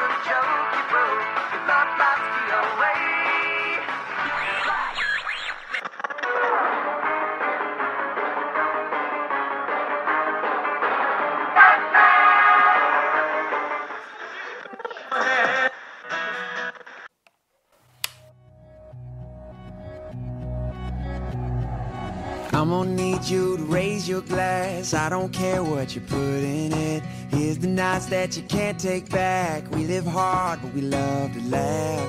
I'm gonna need you to raise your glass. I don't care what you put in it. Here's the nights that you can't take back. We live hard, but we love to laugh.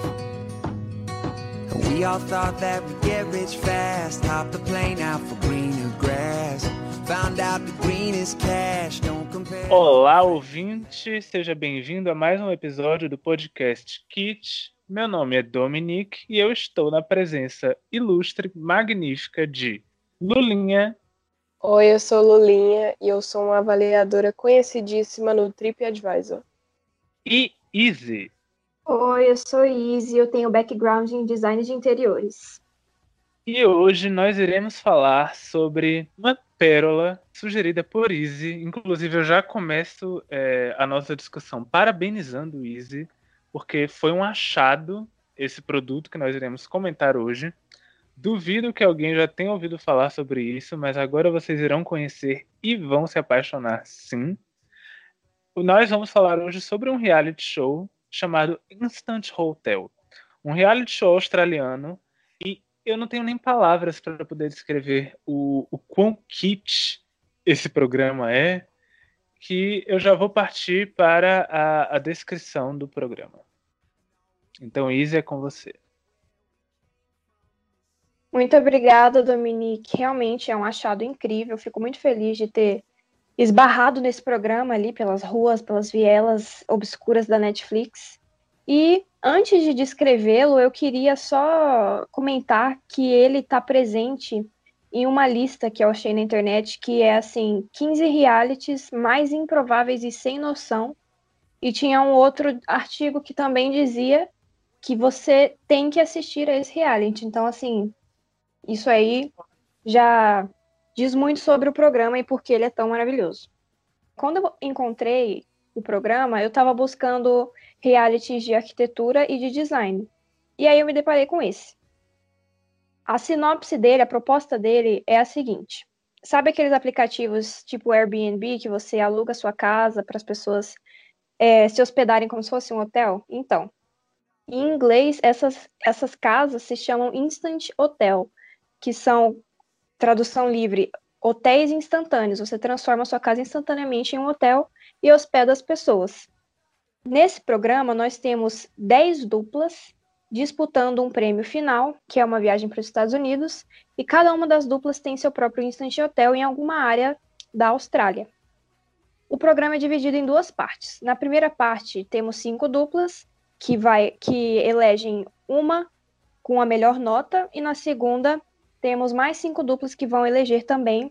We all thought that we'd get rich fast. Hop the plane out for greener grass. Found out the green is cash. Don't compare. Olá, ouvinte, seja bem-vindo a mais um episódio do podcast Kit. Meu nome é Dominique e eu estou na presença ilustre, magnífica de Lulinha. Oi, eu sou Lulinha e eu sou uma avaliadora conhecidíssima no TripAdvisor. E Izzy. Oi, eu sou Izzy e eu tenho background em design de interiores. E hoje nós iremos falar sobre uma pérola sugerida por Izzy. Inclusive eu já começo a nossa discussão parabenizando o Izzy, porque foi um achado esse produto que nós iremos comentar hoje. Duvido que alguém já tenha ouvido falar sobre isso, mas agora vocês irão conhecer e vão se apaixonar, sim. Nós vamos falar hoje sobre um reality show chamado Instant Hotel. Um reality show australiano, e eu não tenho nem palavras para poder descrever o quão kitsch esse programa é, que eu já vou partir para a descrição do programa. Então, Izzy, é com você. Muito obrigada, Dominique. Realmente é um achado incrível. Fico muito feliz de ter esbarrado nesse programa ali pelas ruas, pelas vielas obscuras da Netflix. E antes de descrevê-lo, eu queria só comentar que ele está presente em uma lista que eu achei na internet, que é assim, 15 realities mais improváveis e sem noção. E tinha um outro artigo que também dizia que você tem que assistir a esse reality. Então, assim, isso aí já diz muito sobre o programa e por que ele é tão maravilhoso. Quando eu encontrei o programa, eu estava buscando realities de arquitetura e de design. E aí eu me deparei com esse. A sinopse dele, a proposta dele é a seguinte. Sabe aqueles aplicativos tipo Airbnb que você aluga sua casa para as pessoas se hospedarem como se fosse um hotel? Então, em inglês, essas casas se chamam Instant Hotel, que são, tradução livre, hotéis instantâneos. Você transforma a sua casa instantaneamente em um hotel e hospeda as pessoas. Nesse programa, nós temos 10 duplas disputando um prêmio final, que é uma viagem para os Estados Unidos, e cada uma das duplas tem seu próprio Instant Hotel em alguma área da Austrália. O programa é dividido em duas partes. Na primeira parte, temos 5 duplas que elegem uma com a melhor nota, e na segunda temos mais 5 duplas que vão eleger também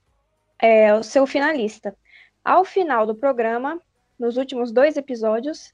o seu finalista. Ao final do programa, nos últimos 2 episódios,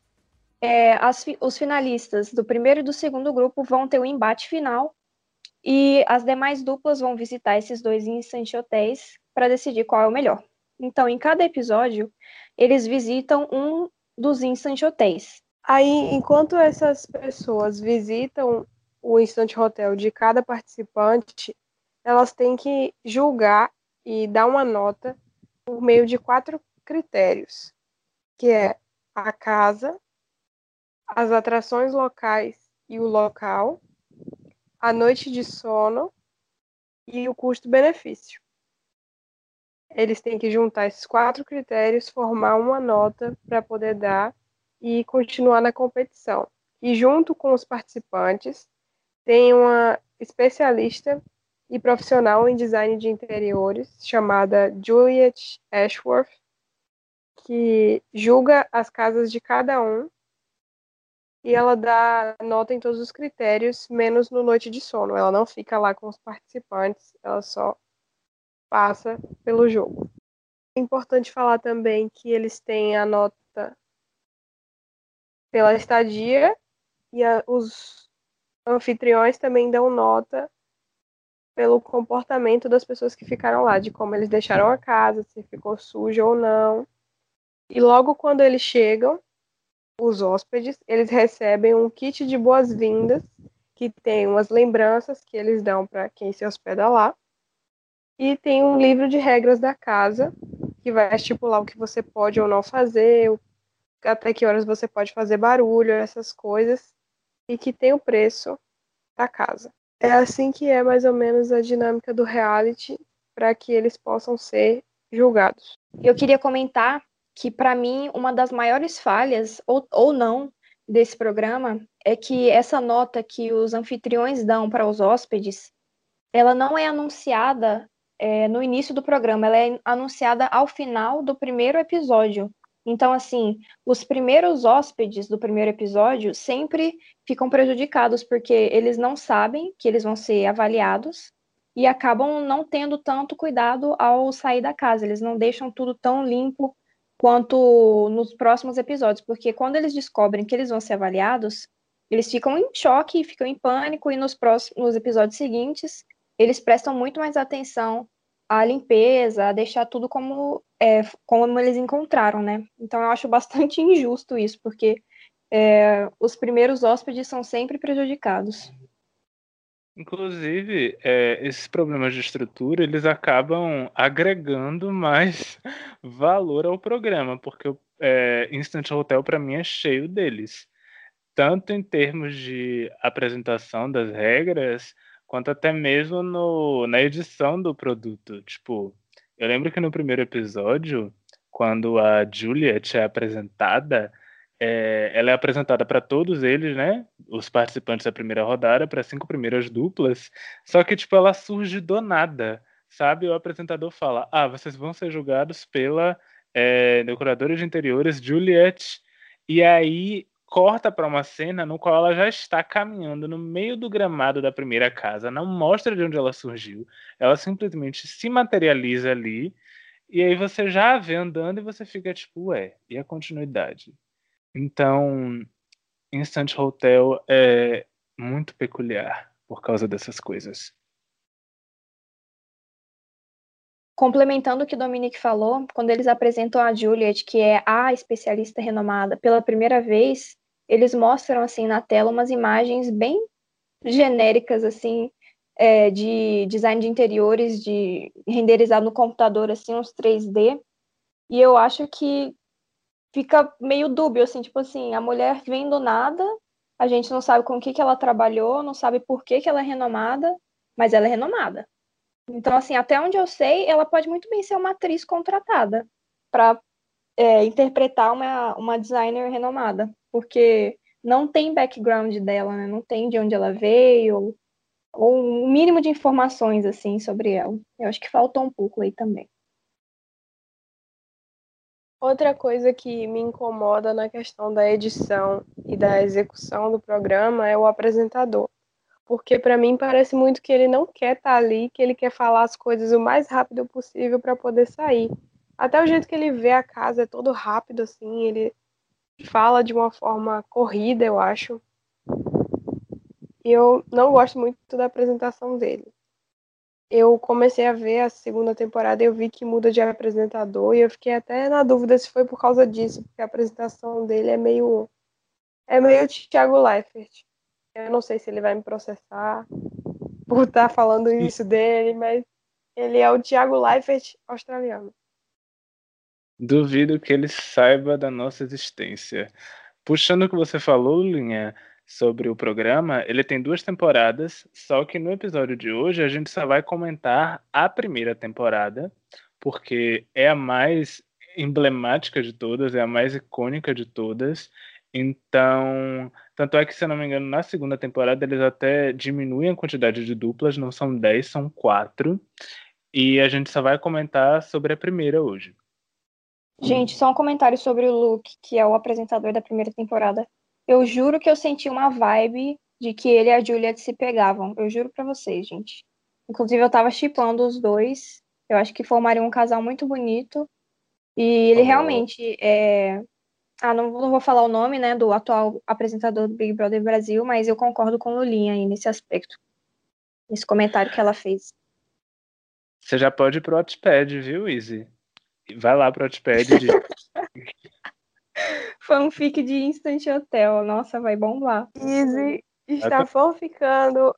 os finalistas do primeiro e do segundo grupo vão ter o embate final, e as demais duplas vão visitar esses 2 instant hotéis para decidir qual é o melhor. Então, em cada episódio, eles visitam um dos instant hotéis. Aí, enquanto essas pessoas visitam o Instant Hotel de cada participante, elas têm que julgar e dar uma nota por meio de 4 critérios, que é a casa, as atrações locais e o local, a noite de sono e o custo-benefício. Eles têm que juntar esses 4 critérios, formar uma nota para poder dar e continuar na competição. E junto com os participantes, tem uma especialista e profissional em design de interiores, chamada Juliet Ashworth, que julga as casas de cada um e ela dá nota em todos os critérios, menos no noite de sono. Ela não fica lá com os participantes, ela só passa pelo jogo. É importante falar também que eles têm a nota pela estadia e os anfitriões também dão nota pelo comportamento das pessoas que ficaram lá, de como eles deixaram a casa, se ficou suja ou não. E logo quando eles chegam, os hóspedes, eles recebem um kit de boas-vindas, que tem umas lembranças que eles dão para quem se hospeda lá, e tem um livro de regras da casa, que vai estipular o que você pode ou não fazer, até que horas você pode fazer barulho, essas coisas, e que tem o preço da casa. É assim que é mais ou menos a dinâmica do reality, para que eles possam ser julgados. Eu queria comentar que, para mim, uma das maiores falhas, ou não, desse programa é que essa nota que os anfitriões dão para os hóspedes, ela não é anunciada no início do programa, ela é anunciada ao final do primeiro episódio. Então, assim, os primeiros hóspedes do primeiro episódio sempre ficam prejudicados, porque eles não sabem que eles vão ser avaliados e acabam não tendo tanto cuidado ao sair da casa. Eles não deixam tudo tão limpo quanto nos próximos episódios, porque quando eles descobrem que eles vão ser avaliados, eles ficam em choque, ficam em pânico, e nos episódios seguintes, eles prestam muito mais atenção à limpeza, a deixar tudo como eles encontraram, né? Então eu acho bastante injusto isso, porque os primeiros hóspedes são sempre prejudicados. Inclusive, esses problemas de estrutura, eles acabam agregando mais valor ao programa, porque o Instant Hotel, para mim, é cheio deles. Tanto em termos de apresentação das regras, quanto até mesmo na edição do produto. Tipo, eu lembro que no primeiro episódio, quando a Juliet é apresentada, ela é apresentada para todos eles, né? Os participantes da primeira rodada, para 5 primeiras duplas. Só que, tipo, ela surge do nada, sabe? O apresentador fala: Ah, vocês vão ser julgados pela decoradora de interiores Juliet. E aí corta para uma cena no qual ela já está caminhando no meio do gramado da primeira casa, não mostra de onde ela surgiu, ela simplesmente se materializa ali, e aí você já a vê andando e você fica tipo, ué, e a continuidade? Então, Instant Hotel é muito peculiar por causa dessas coisas. Complementando o que o Dominique falou, quando eles apresentam a Juliet, que é a especialista renomada, pela primeira vez, eles mostram assim na tela umas imagens bem genéricas assim, de design de interiores, de renderizado no computador, assim, uns 3D. E eu acho que fica meio dúbio, assim, tipo assim, a mulher vem do nada, a gente não sabe com o que ela trabalhou, não sabe por que ela é renomada, mas ela é renomada. Então, assim, até onde eu sei, ela pode muito bem ser uma atriz contratada para interpretar uma designer renomada, porque não tem background dela, né? Não tem de onde ela veio, ou um mínimo de informações, assim, sobre ela. Eu acho que faltou um pouco aí também. Outra coisa que me incomoda na questão da edição e da execução do programa é o apresentador. Porque para mim parece muito que ele não quer estar ali, que ele quer falar as coisas o mais rápido possível para poder sair. Até o jeito que ele vê a casa é todo rápido assim, ele fala de uma forma corrida, eu acho. E eu não gosto muito da apresentação dele. Eu comecei a ver a segunda temporada e eu vi que muda de apresentador e eu fiquei até na dúvida se foi por causa disso, porque a apresentação dele é meio Thiago Leifert. Eu não sei se ele vai me processar por estar falando isso dele, mas ele é o Thiago Leifert australiano. Duvido que ele saiba da nossa existência. Puxando o que você falou, Linha, sobre o programa, ele tem 2 temporadas, só que no episódio de hoje a gente só vai comentar a primeira temporada, porque é a mais emblemática de todas, é a mais icônica de todas. Então, tanto é que, se eu não me engano, na segunda temporada eles até diminuem a quantidade de duplas, não são 10, são 4. E a gente só vai comentar sobre a primeira hoje. Gente, só um comentário sobre o Luke, que é o apresentador da primeira temporada. Eu juro que eu senti uma vibe de que ele e a Juliet se pegavam. Eu juro pra vocês, gente. Inclusive, eu tava shippando os dois. Eu acho que formariam um casal muito bonito. E ele realmente é. Ah, não vou falar o nome, né, do atual apresentador do Big Brother Brasil, mas eu concordo com a Lulinha aí nesse aspecto. Nesse comentário que ela fez. Você já pode ir pro Wattpad, viu, Izzy? Vai lá pro Wattpad e diz... Fanfic de Instant Hotel. Nossa, vai bombar. Izzy está fanficando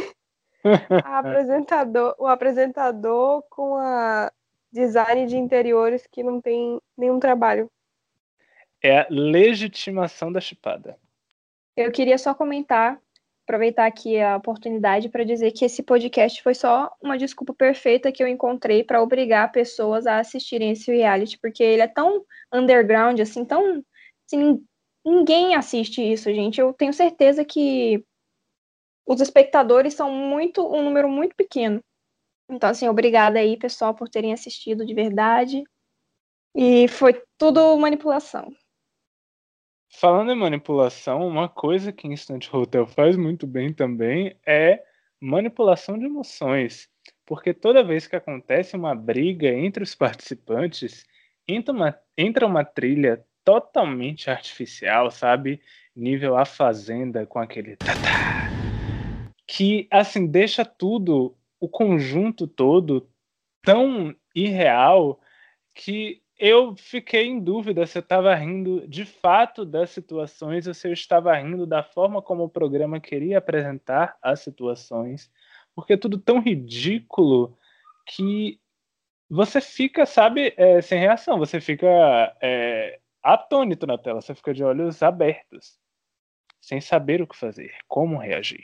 o apresentador com a design de interiores que não tem nenhum trabalho. É a legitimação da chipada. Eu queria só comentar, aproveitar aqui a oportunidade para dizer que esse podcast foi só uma desculpa perfeita que eu encontrei para obrigar pessoas a assistirem esse reality, porque ele é tão underground, assim, tão... Assim, ninguém assiste isso, gente. Eu tenho certeza que os espectadores são um número muito pequeno. Então, assim, obrigada aí, pessoal, por terem assistido de verdade. E foi tudo manipulação. Falando em manipulação, uma coisa que Instant Hotel faz muito bem também é manipulação de emoções. Porque toda vez que acontece uma briga entre os participantes, entra uma trilha totalmente artificial, sabe? Nível A Fazenda, com aquele tatá, que, assim, deixa tudo, o conjunto todo, tão irreal que eu fiquei em dúvida se eu estava rindo de fato das situações ou se eu estava rindo da forma como o programa queria apresentar as situações, porque é tudo tão ridículo que você fica, sabe, sem reação, você fica atônito na tela, você fica de olhos abertos, sem saber o que fazer, como reagir.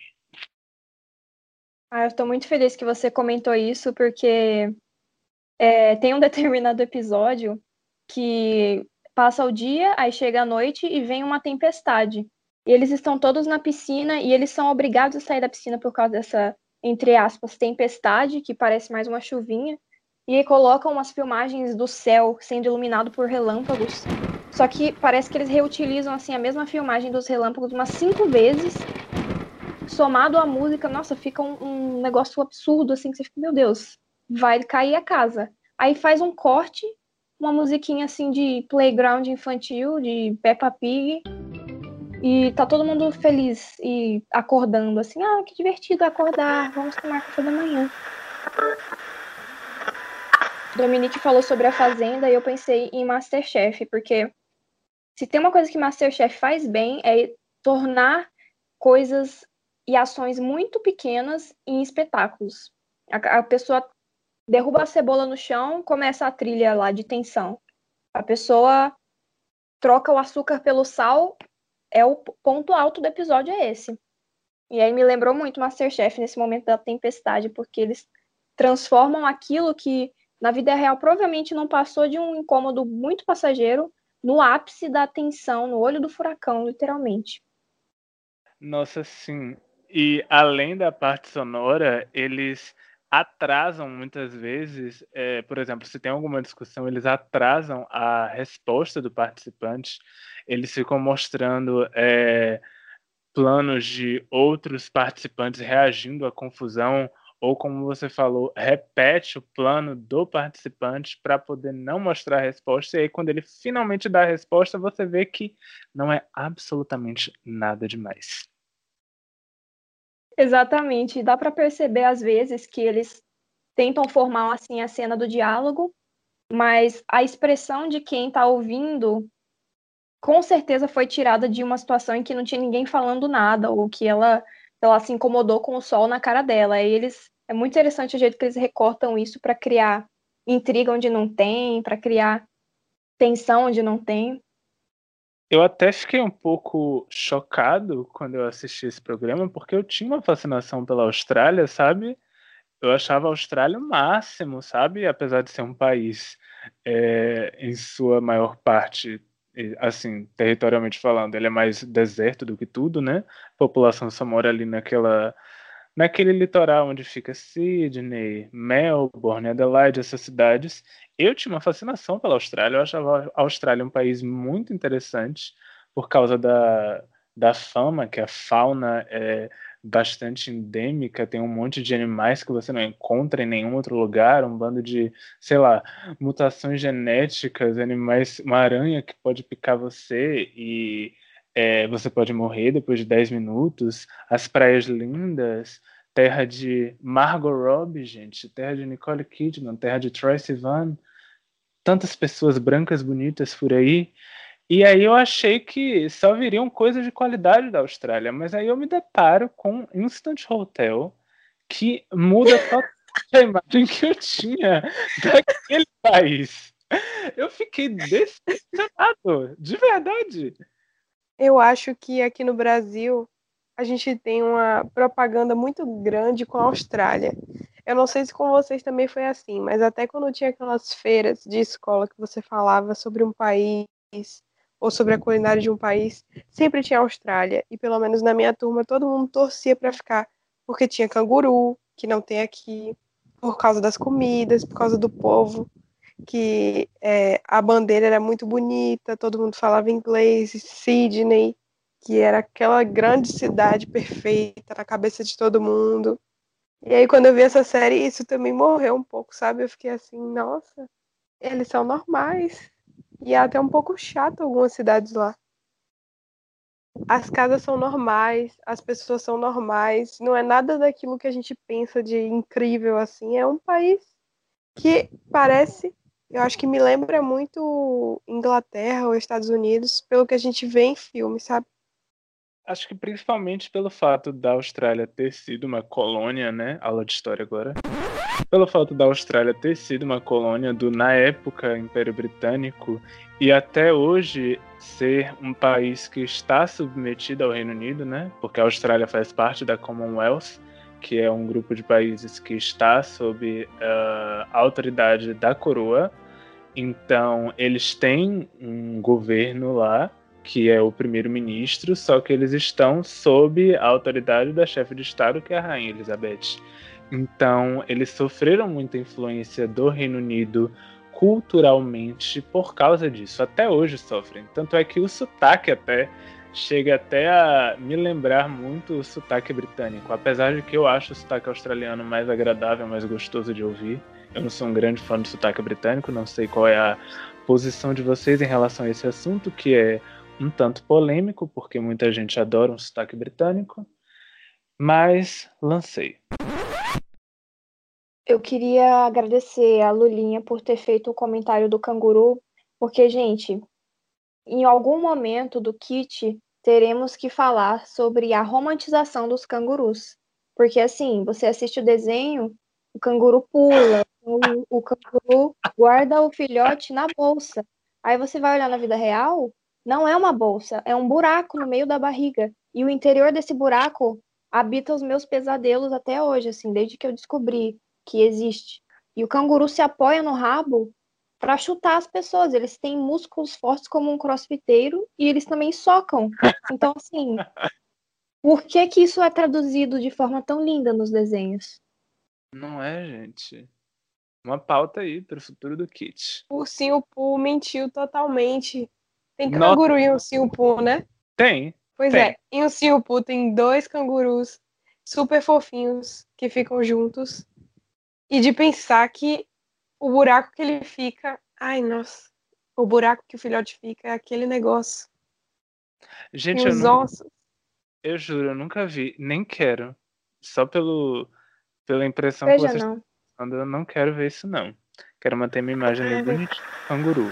Eu estou muito feliz que você comentou isso, porque tem um determinado episódio que passa o dia, aí chega a noite e vem uma tempestade. E eles estão todos na piscina e eles são obrigados a sair da piscina por causa dessa, entre aspas, tempestade, que parece mais uma chuvinha. E aí colocam umas filmagens do céu sendo iluminado por relâmpagos. Só que parece que eles reutilizam assim a mesma filmagem dos relâmpagos umas 5 vezes. Somado à música, nossa, fica um negócio absurdo, assim, que você fica, meu Deus, vai cair a casa. Aí faz um corte, uma musiquinha assim de playground infantil, de Peppa Pig, e tá todo mundo feliz e acordando, assim, que divertido acordar, vamos tomar café da manhã. Dominique falou sobre a Fazenda e eu pensei em MasterChef, porque se tem uma coisa que MasterChef faz bem é tornar coisas e ações muito pequenas em espetáculos. A pessoa derruba a cebola no chão, começa a trilha lá de tensão. A pessoa troca o açúcar pelo sal, o ponto alto do episódio é esse. E aí me lembrou muito MasterChef nesse momento da tempestade, porque eles transformam aquilo que na vida real provavelmente não passou de um incômodo muito passageiro no ápice da tensão, no olho do furacão, literalmente. Nossa, sim. E além da parte sonora, eles atrasam muitas vezes, por exemplo, se tem alguma discussão, eles atrasam a resposta do participante, eles ficam mostrando planos de outros participantes reagindo à confusão, ou como você falou, repete o plano do participante para poder não mostrar a resposta, e aí quando ele finalmente dá a resposta, você vê que não é absolutamente nada demais. Exatamente. Dá para perceber às vezes que eles tentam formar assim a cena do diálogo, mas a expressão de quem está ouvindo com certeza foi tirada de uma situação em que não tinha ninguém falando nada, ou que ela se incomodou com o sol na cara dela. E é muito interessante o jeito que eles recortam isso para criar intriga onde não tem, para criar tensão onde não tem. Eu até fiquei um pouco chocado quando eu assisti esse programa, porque eu tinha uma fascinação pela Austrália, sabe? Eu achava a Austrália o máximo, sabe? Apesar de ser um país, em sua maior parte, assim, territorialmente falando, ele é mais deserto do que tudo, né? A população só mora ali naquele litoral onde fica Sydney, Melbourne, Adelaide, essas cidades. Eu tinha uma fascinação pela Austrália, eu achava a Austrália um país muito interessante por causa da fama, que a fauna é bastante endêmica, tem um monte de animais que você não encontra em nenhum outro lugar, um bando de, sei lá, mutações genéticas, animais, uma aranha que pode picar você e você pode morrer depois de 10 minutos, as praias lindas, terra de Margot Robbie, gente, terra de Nicole Kidman, terra de Troye Sivan, tantas pessoas brancas bonitas por aí, E aí eu achei que só viriam coisas de qualidade da Austrália, mas aí eu me deparo com Instant Hotel, que muda totalmente a imagem que eu tinha daquele país. Eu fiquei decepcionado, de verdade. Eu acho que aqui no Brasil a gente tem uma propaganda muito grande com a Austrália. Eu não sei se com vocês também foi assim, mas até quando tinha aquelas feiras de escola que você falava sobre um país ou sobre a culinária de um país, sempre tinha Austrália. E pelo menos na minha turma todo mundo torcia para ficar, porque tinha canguru, que não tem aqui, por causa das comidas, por causa do povo, que a bandeira era muito bonita, todo mundo falava inglês, Sydney, que era aquela grande cidade perfeita na cabeça de todo mundo. E aí, quando eu vi essa série, isso também morreu um pouco, sabe? Eu fiquei assim, nossa, eles são normais. E é até um pouco chato algumas cidades lá. As casas são normais, as pessoas são normais, não é nada daquilo que a gente pensa de incrível assim. É um país que parece, eu acho que me lembra muito Inglaterra ou Estados Unidos, pelo que a gente vê em filmes, sabe? Acho que principalmente pelo fato da Austrália ter sido uma colônia, né? Aula de história agora. Pelo fato da Austrália ter sido uma colônia do, na época, Império Britânico, e até hoje ser um país que está submetido ao Reino Unido, né? Porque a Austrália faz parte da Commonwealth, que é um grupo de países que está sob a autoridade da coroa. Então, eles têm um governo lá, que é o primeiro-ministro, só que eles estão sob a autoridade da chefe de Estado, que é a Rainha Elizabeth. Então, eles sofreram muita influência do Reino Unido culturalmente por causa disso. Até hoje sofrem. Tanto é que o sotaque até chega até a me lembrar muito o sotaque britânico. Apesar de que eu acho o sotaque australiano mais agradável, mais gostoso de ouvir. Eu não sou um grande fã do sotaque britânico, não sei qual é a posição de vocês em relação a esse assunto, que é um tanto polêmico, porque muita gente adora um sotaque britânico, mas lancei. Eu queria agradecer a Lulinha por ter feito o comentário do canguru, porque, gente, em algum momento do kit teremos que falar sobre a romantização dos cangurus. Porque, assim, você assiste o desenho, o canguru pula, o canguru guarda o filhote na bolsa. Aí você vai olhar na vida real, não é uma bolsa, é um buraco no meio da barriga. E o interior desse buraco habita os meus pesadelos até hoje, assim, desde que eu descobri que existe. E o canguru se apoia no rabo para chutar as pessoas. Eles têm músculos fortes como um crossfiteiro e eles também socam. Então, assim, por que que isso é traduzido de forma tão linda nos desenhos? Não é, gente? Uma pauta aí para o futuro do kit. O Ursinho Pooh mentiu totalmente. Tem Nossa, canguru em Ursinho Pooh, né? tem. Pois é, em Ursinho Pooh tem dois cangurus super fofinhos que ficam juntos. E de pensar que o buraco que ele fica. Ai, nossa. O buraco que o filhote fica é aquele negócio. Tem Gente, os ossos. eu juro, eu nunca vi, nem quero. Só pela impressão que Veja, vocês estão não. passando, eu não quero ver isso, não. Quero manter minha imagem no Ai, bonitinho canguru.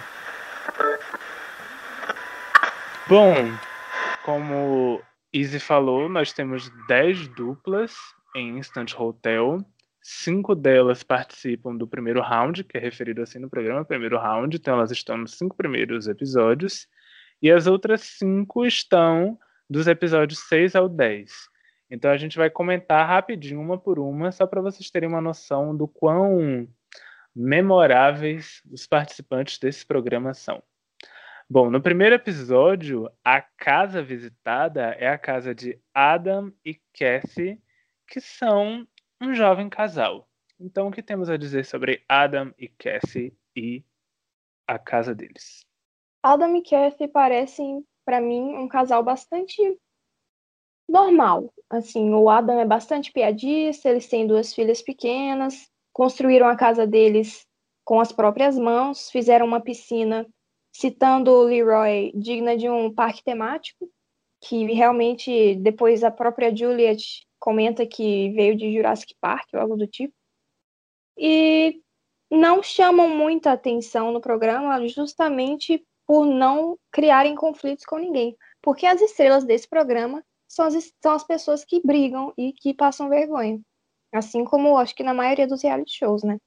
Bom, como Izzy falou, nós temos 10 duplas em Instant Hotel. 5 delas participam do primeiro round, que é referido assim no programa, primeiro round. Então elas estão nos 5 primeiros episódios. E as outras 5 estão dos episódios 6 ao 10. Então a gente vai comentar rapidinho, uma por uma, só para vocês terem uma noção do quão memoráveis os participantes desse programa são. Bom, no primeiro episódio, a casa visitada é a casa de Adam e Kathy, que são um jovem casal. Então, o que temos a dizer sobre Adam e Kathy e a casa deles? Adam e Kathy parecem, para mim, um casal bastante normal. Assim, o Adam é bastante piadista, eles têm 2 filhas pequenas, construíram a casa deles com as próprias mãos, fizeram uma piscina, citando o Leroy, digna de um parque temático, que realmente depois a própria Juliet comenta que veio de Jurassic Park ou algo do tipo. E não chamam muita atenção no programa justamente por não criarem conflitos com ninguém. Porque as estrelas desse programa são as pessoas que brigam e que passam vergonha. Assim como acho que na maioria dos reality shows, né?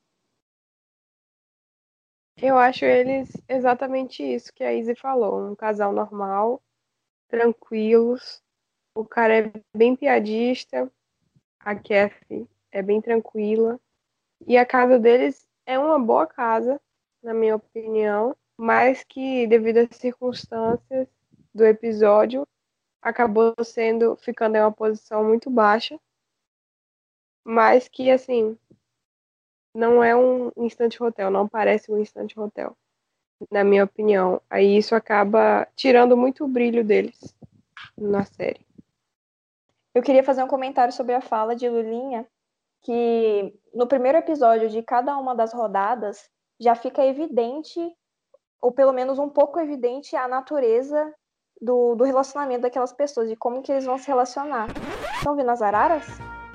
Eu acho eles exatamente isso que a Izzy falou. Um casal normal, tranquilos. O cara é bem piadista, a Kathy é bem tranquila. E a casa deles é uma boa casa, na minha opinião, mas que, devido às circunstâncias do episódio, acabou ficando em uma posição muito baixa, mas que, assim, não é um instant hotel, não parece um instant hotel, na minha opinião. Aí isso acaba tirando muito o brilho deles na série. Eu queria fazer um comentário sobre a fala de Lulinha, que no primeiro episódio de cada uma das rodadas já fica evidente, ou pelo menos um pouco evidente, a natureza do relacionamento daquelas pessoas, de como que eles vão se relacionar. Estão vendo as araras?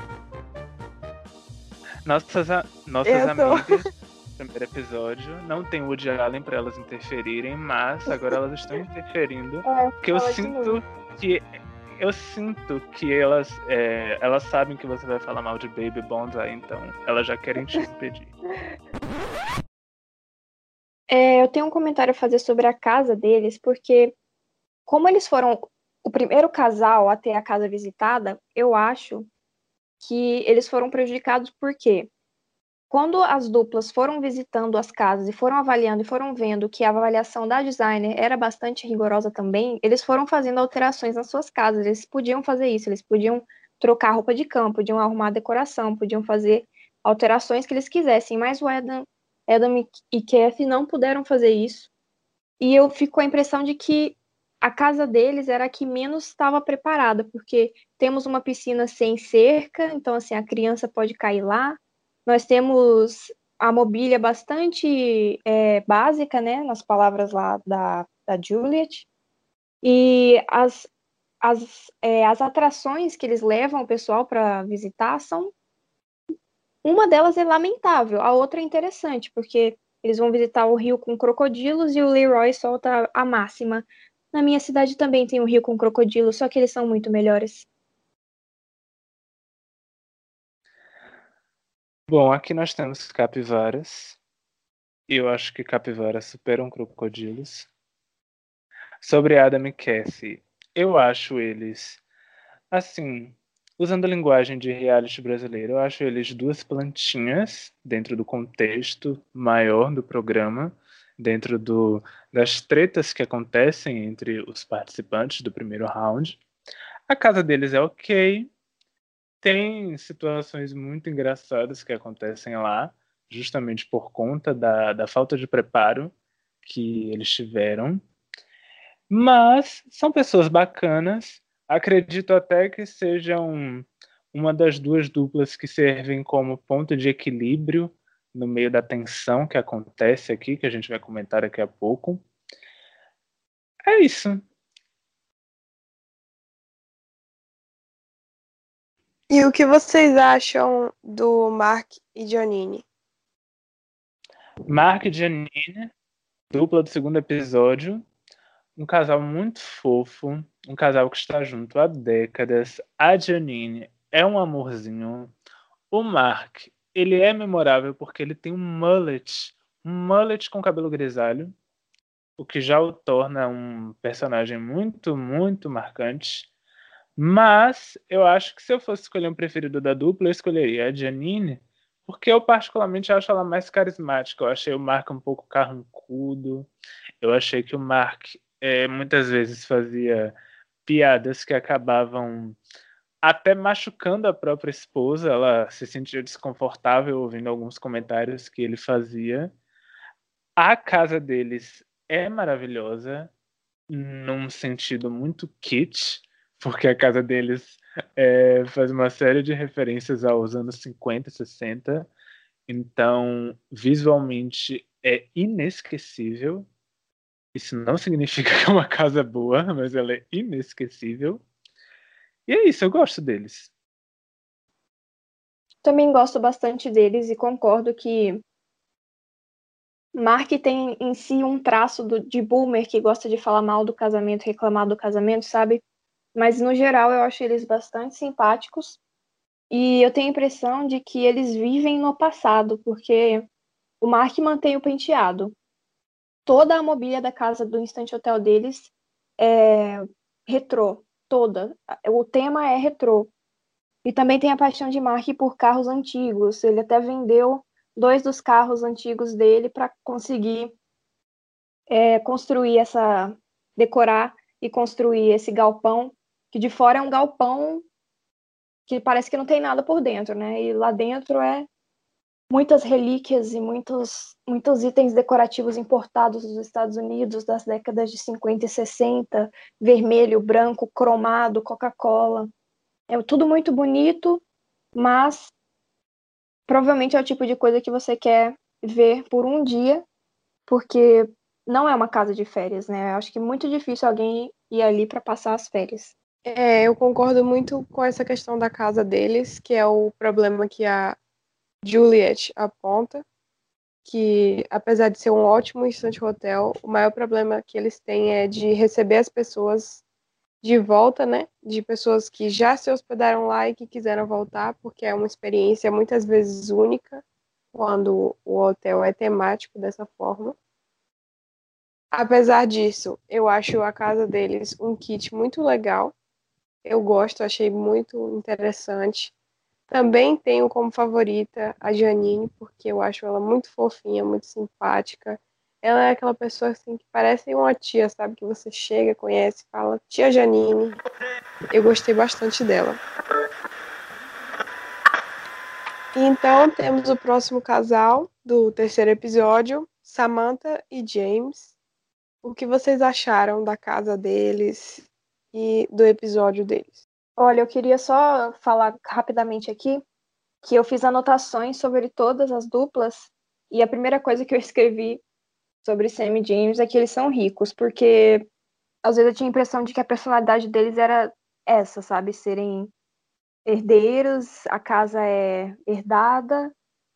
Nossas Eu tô. amigas do primeiro episódio não tem Woody Allen pra elas interferirem, mas agora elas estão interferindo. Porque eu sinto que elas sabem que você vai falar mal de Baby Bonsai, então elas já querem te impedir. Eu tenho um comentário a fazer sobre a casa deles, porque como eles foram o primeiro casal a ter a casa visitada, eu acho que eles foram prejudicados porque quando as duplas foram visitando as casas e foram avaliando e foram vendo que a avaliação da designer era bastante rigorosa também, eles foram fazendo alterações nas suas casas. Eles podiam fazer isso, eles podiam trocar roupa de cama, podiam arrumar a decoração, podiam fazer alterações que eles quisessem, mas o Adam e Kathy não puderam fazer isso. E eu fico com a impressão de que a casa deles era a que menos estava preparada, porque temos uma piscina sem cerca, então assim, a criança pode cair lá. Nós temos a mobília bastante básica, né, nas palavras lá da Juliet. E as atrações que eles levam o pessoal para visitar são. Uma delas é lamentável, a outra é interessante, porque eles vão visitar o rio com crocodilos e o Leroy solta a máxima. Na minha cidade também tem um rio com crocodilos, só que eles são muito melhores. Bom, aqui nós temos capivaras. E eu acho que capivaras superam crocodilos. Sobre Adam e Kathy, eu acho eles, assim, usando a linguagem de reality brasileiro, eu acho eles duas plantinhas dentro do contexto maior do programa, dentro das tretas que acontecem entre os participantes do primeiro round. A casa deles é ok, tem situações muito engraçadas que acontecem lá, justamente por conta da falta de preparo que eles tiveram. Mas são pessoas bacanas. Acredito até que sejam uma das duas duplas que servem como ponto de equilíbrio no meio da tensão que acontece aqui, que a gente vai comentar daqui a pouco. É isso. E o que vocês acham do Mark e Janine? Mark e Janine, dupla do segundo episódio. Um casal muito fofo, um casal que está junto há décadas. A Janine é um amorzinho. O Mark, ele é memorável porque ele tem um mullet com cabelo grisalho, o que já o torna um personagem muito, muito marcante. Mas eu acho que se eu fosse escolher um preferido da dupla, eu escolheria a Janine, porque eu particularmente acho ela mais carismática. Eu achei o Mark um pouco carrancudo. Eu achei que o Mark muitas vezes fazia piadas que acabavam até machucando a própria esposa. Ela se sentia desconfortável ouvindo alguns comentários que ele fazia. A casa deles é maravilhosa, num sentido muito kitsch, porque a casa deles faz uma série de referências aos anos 50 e 60. Então, visualmente é inesquecível. Isso não significa que é uma casa boa, mas ela é inesquecível. E é isso, eu gosto deles. Também gosto bastante deles e concordo que Mark tem em si um traço de boomer que gosta de falar mal do casamento, reclamar do casamento, sabe? Mas no geral eu acho eles bastante simpáticos e eu tenho a impressão de que eles vivem no passado, porque o Mark mantém o penteado. Toda a mobília da casa do Instant Hotel deles é retrô, toda. O tema é retrô. E também tem a paixão de Mark por carros antigos. Ele até vendeu 2 dos carros antigos dele para conseguir construir decorar e construir esse galpão, que de fora é um galpão que parece que não tem nada por dentro, né? E lá dentro é muitas relíquias e muitos itens decorativos importados dos Estados Unidos das décadas de 50 e 60, vermelho, branco, cromado, Coca-Cola. É tudo muito bonito, mas provavelmente é o tipo de coisa que você quer ver por um dia, porque não é uma casa de férias, né? Eu acho que é muito difícil alguém ir ali para passar as férias. Eu concordo muito com essa questão da casa deles, que é o problema que a Juliet aponta, que apesar de ser um ótimo instante hotel, o maior problema que eles têm é de receber as pessoas de volta, né? De pessoas que já se hospedaram lá e que quiseram voltar, porque é uma experiência muitas vezes única quando o hotel é temático dessa forma. Apesar disso, eu acho a casa deles um kit muito legal. Eu gosto, achei muito interessante. Também tenho como favorita a Janine, porque eu acho ela muito fofinha, muito simpática. Ela é aquela pessoa assim que parece uma tia, sabe? Que você chega, conhece, fala, tia Janine. Eu gostei bastante dela. Então temos o próximo casal do terceiro episódio, Samantha e James. O que vocês acharam da casa deles e do episódio deles? Olha, eu queria só falar rapidamente aqui que eu fiz anotações sobre todas as duplas e a primeira coisa que eu escrevi sobre Sam e James é que eles são ricos, porque às vezes eu tinha a impressão de que a personalidade deles era essa, sabe? Serem herdeiros, a casa é herdada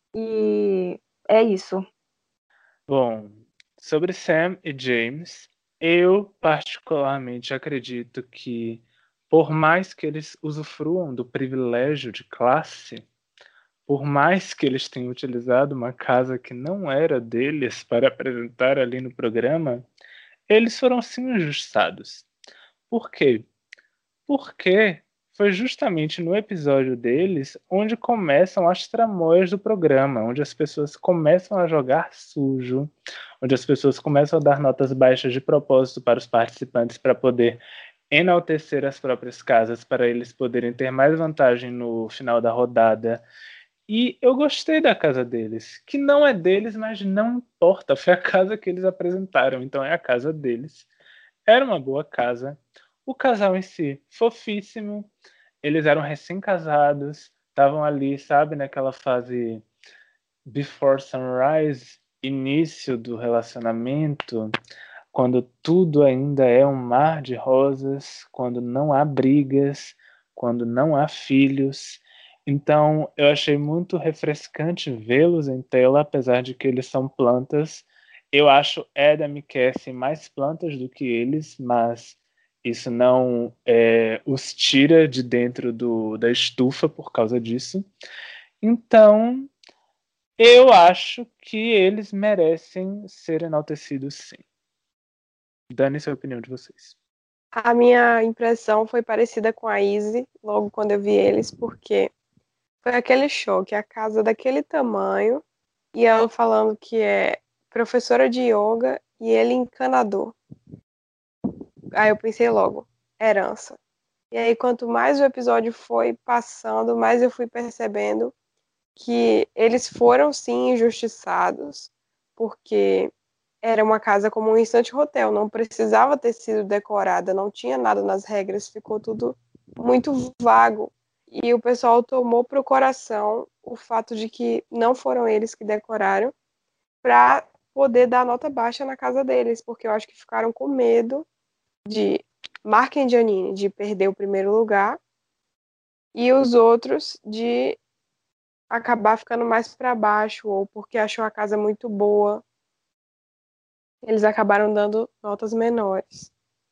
e é isso. Bom, sobre Sam e James, eu particularmente acredito que, por mais que eles usufruam do privilégio de classe, por mais que eles tenham utilizado uma casa que não era deles para apresentar ali no programa, eles foram sim injustiçados. Por quê? Porque foi justamente no episódio deles onde começam as tramóias do programa, onde as pessoas começam a jogar sujo, onde as pessoas começam a dar notas baixas de propósito para os participantes para poder enaltecer as próprias casas, para eles poderem ter mais vantagem no final da rodada. E eu gostei da casa deles, que não é deles, mas não importa, foi a casa que eles apresentaram, então é a casa deles. Era uma boa casa. O casal em si, fofíssimo. Eles eram recém-casados, estavam ali, sabe, naquela fase before sunrise, início do relacionamento, quando tudo ainda é um mar de rosas, quando não há brigas, quando não há filhos. Então, eu achei muito refrescante vê-los em tela, apesar de que eles são plantas. Eu acho Adam e Cassie mais plantas do que eles, mas isso não os tira de dentro da estufa por causa disso. Então, eu acho que eles merecem ser enaltecidos, sim. Dane-se a opinião de vocês. A minha impressão foi parecida com a Izzy, logo quando eu vi eles, porque foi aquele choque, a casa daquele tamanho, e ela falando que é professora de yoga e ele encanador. Aí eu pensei logo, herança. E aí, quanto mais o episódio foi passando, mais eu fui percebendo que eles foram sim injustiçados, porque era uma casa como um instante hotel, não precisava ter sido decorada, não tinha nada nas regras, ficou tudo muito vago. E o pessoal tomou para o coração o fato de que não foram eles que decoraram para poder dar nota baixa na casa deles, porque eu acho que ficaram com medo de Mark e Janine de perder o primeiro lugar e os outros de acabar ficando mais para baixo ou porque achou a casa muito boa. eles acabaram dando notas menores.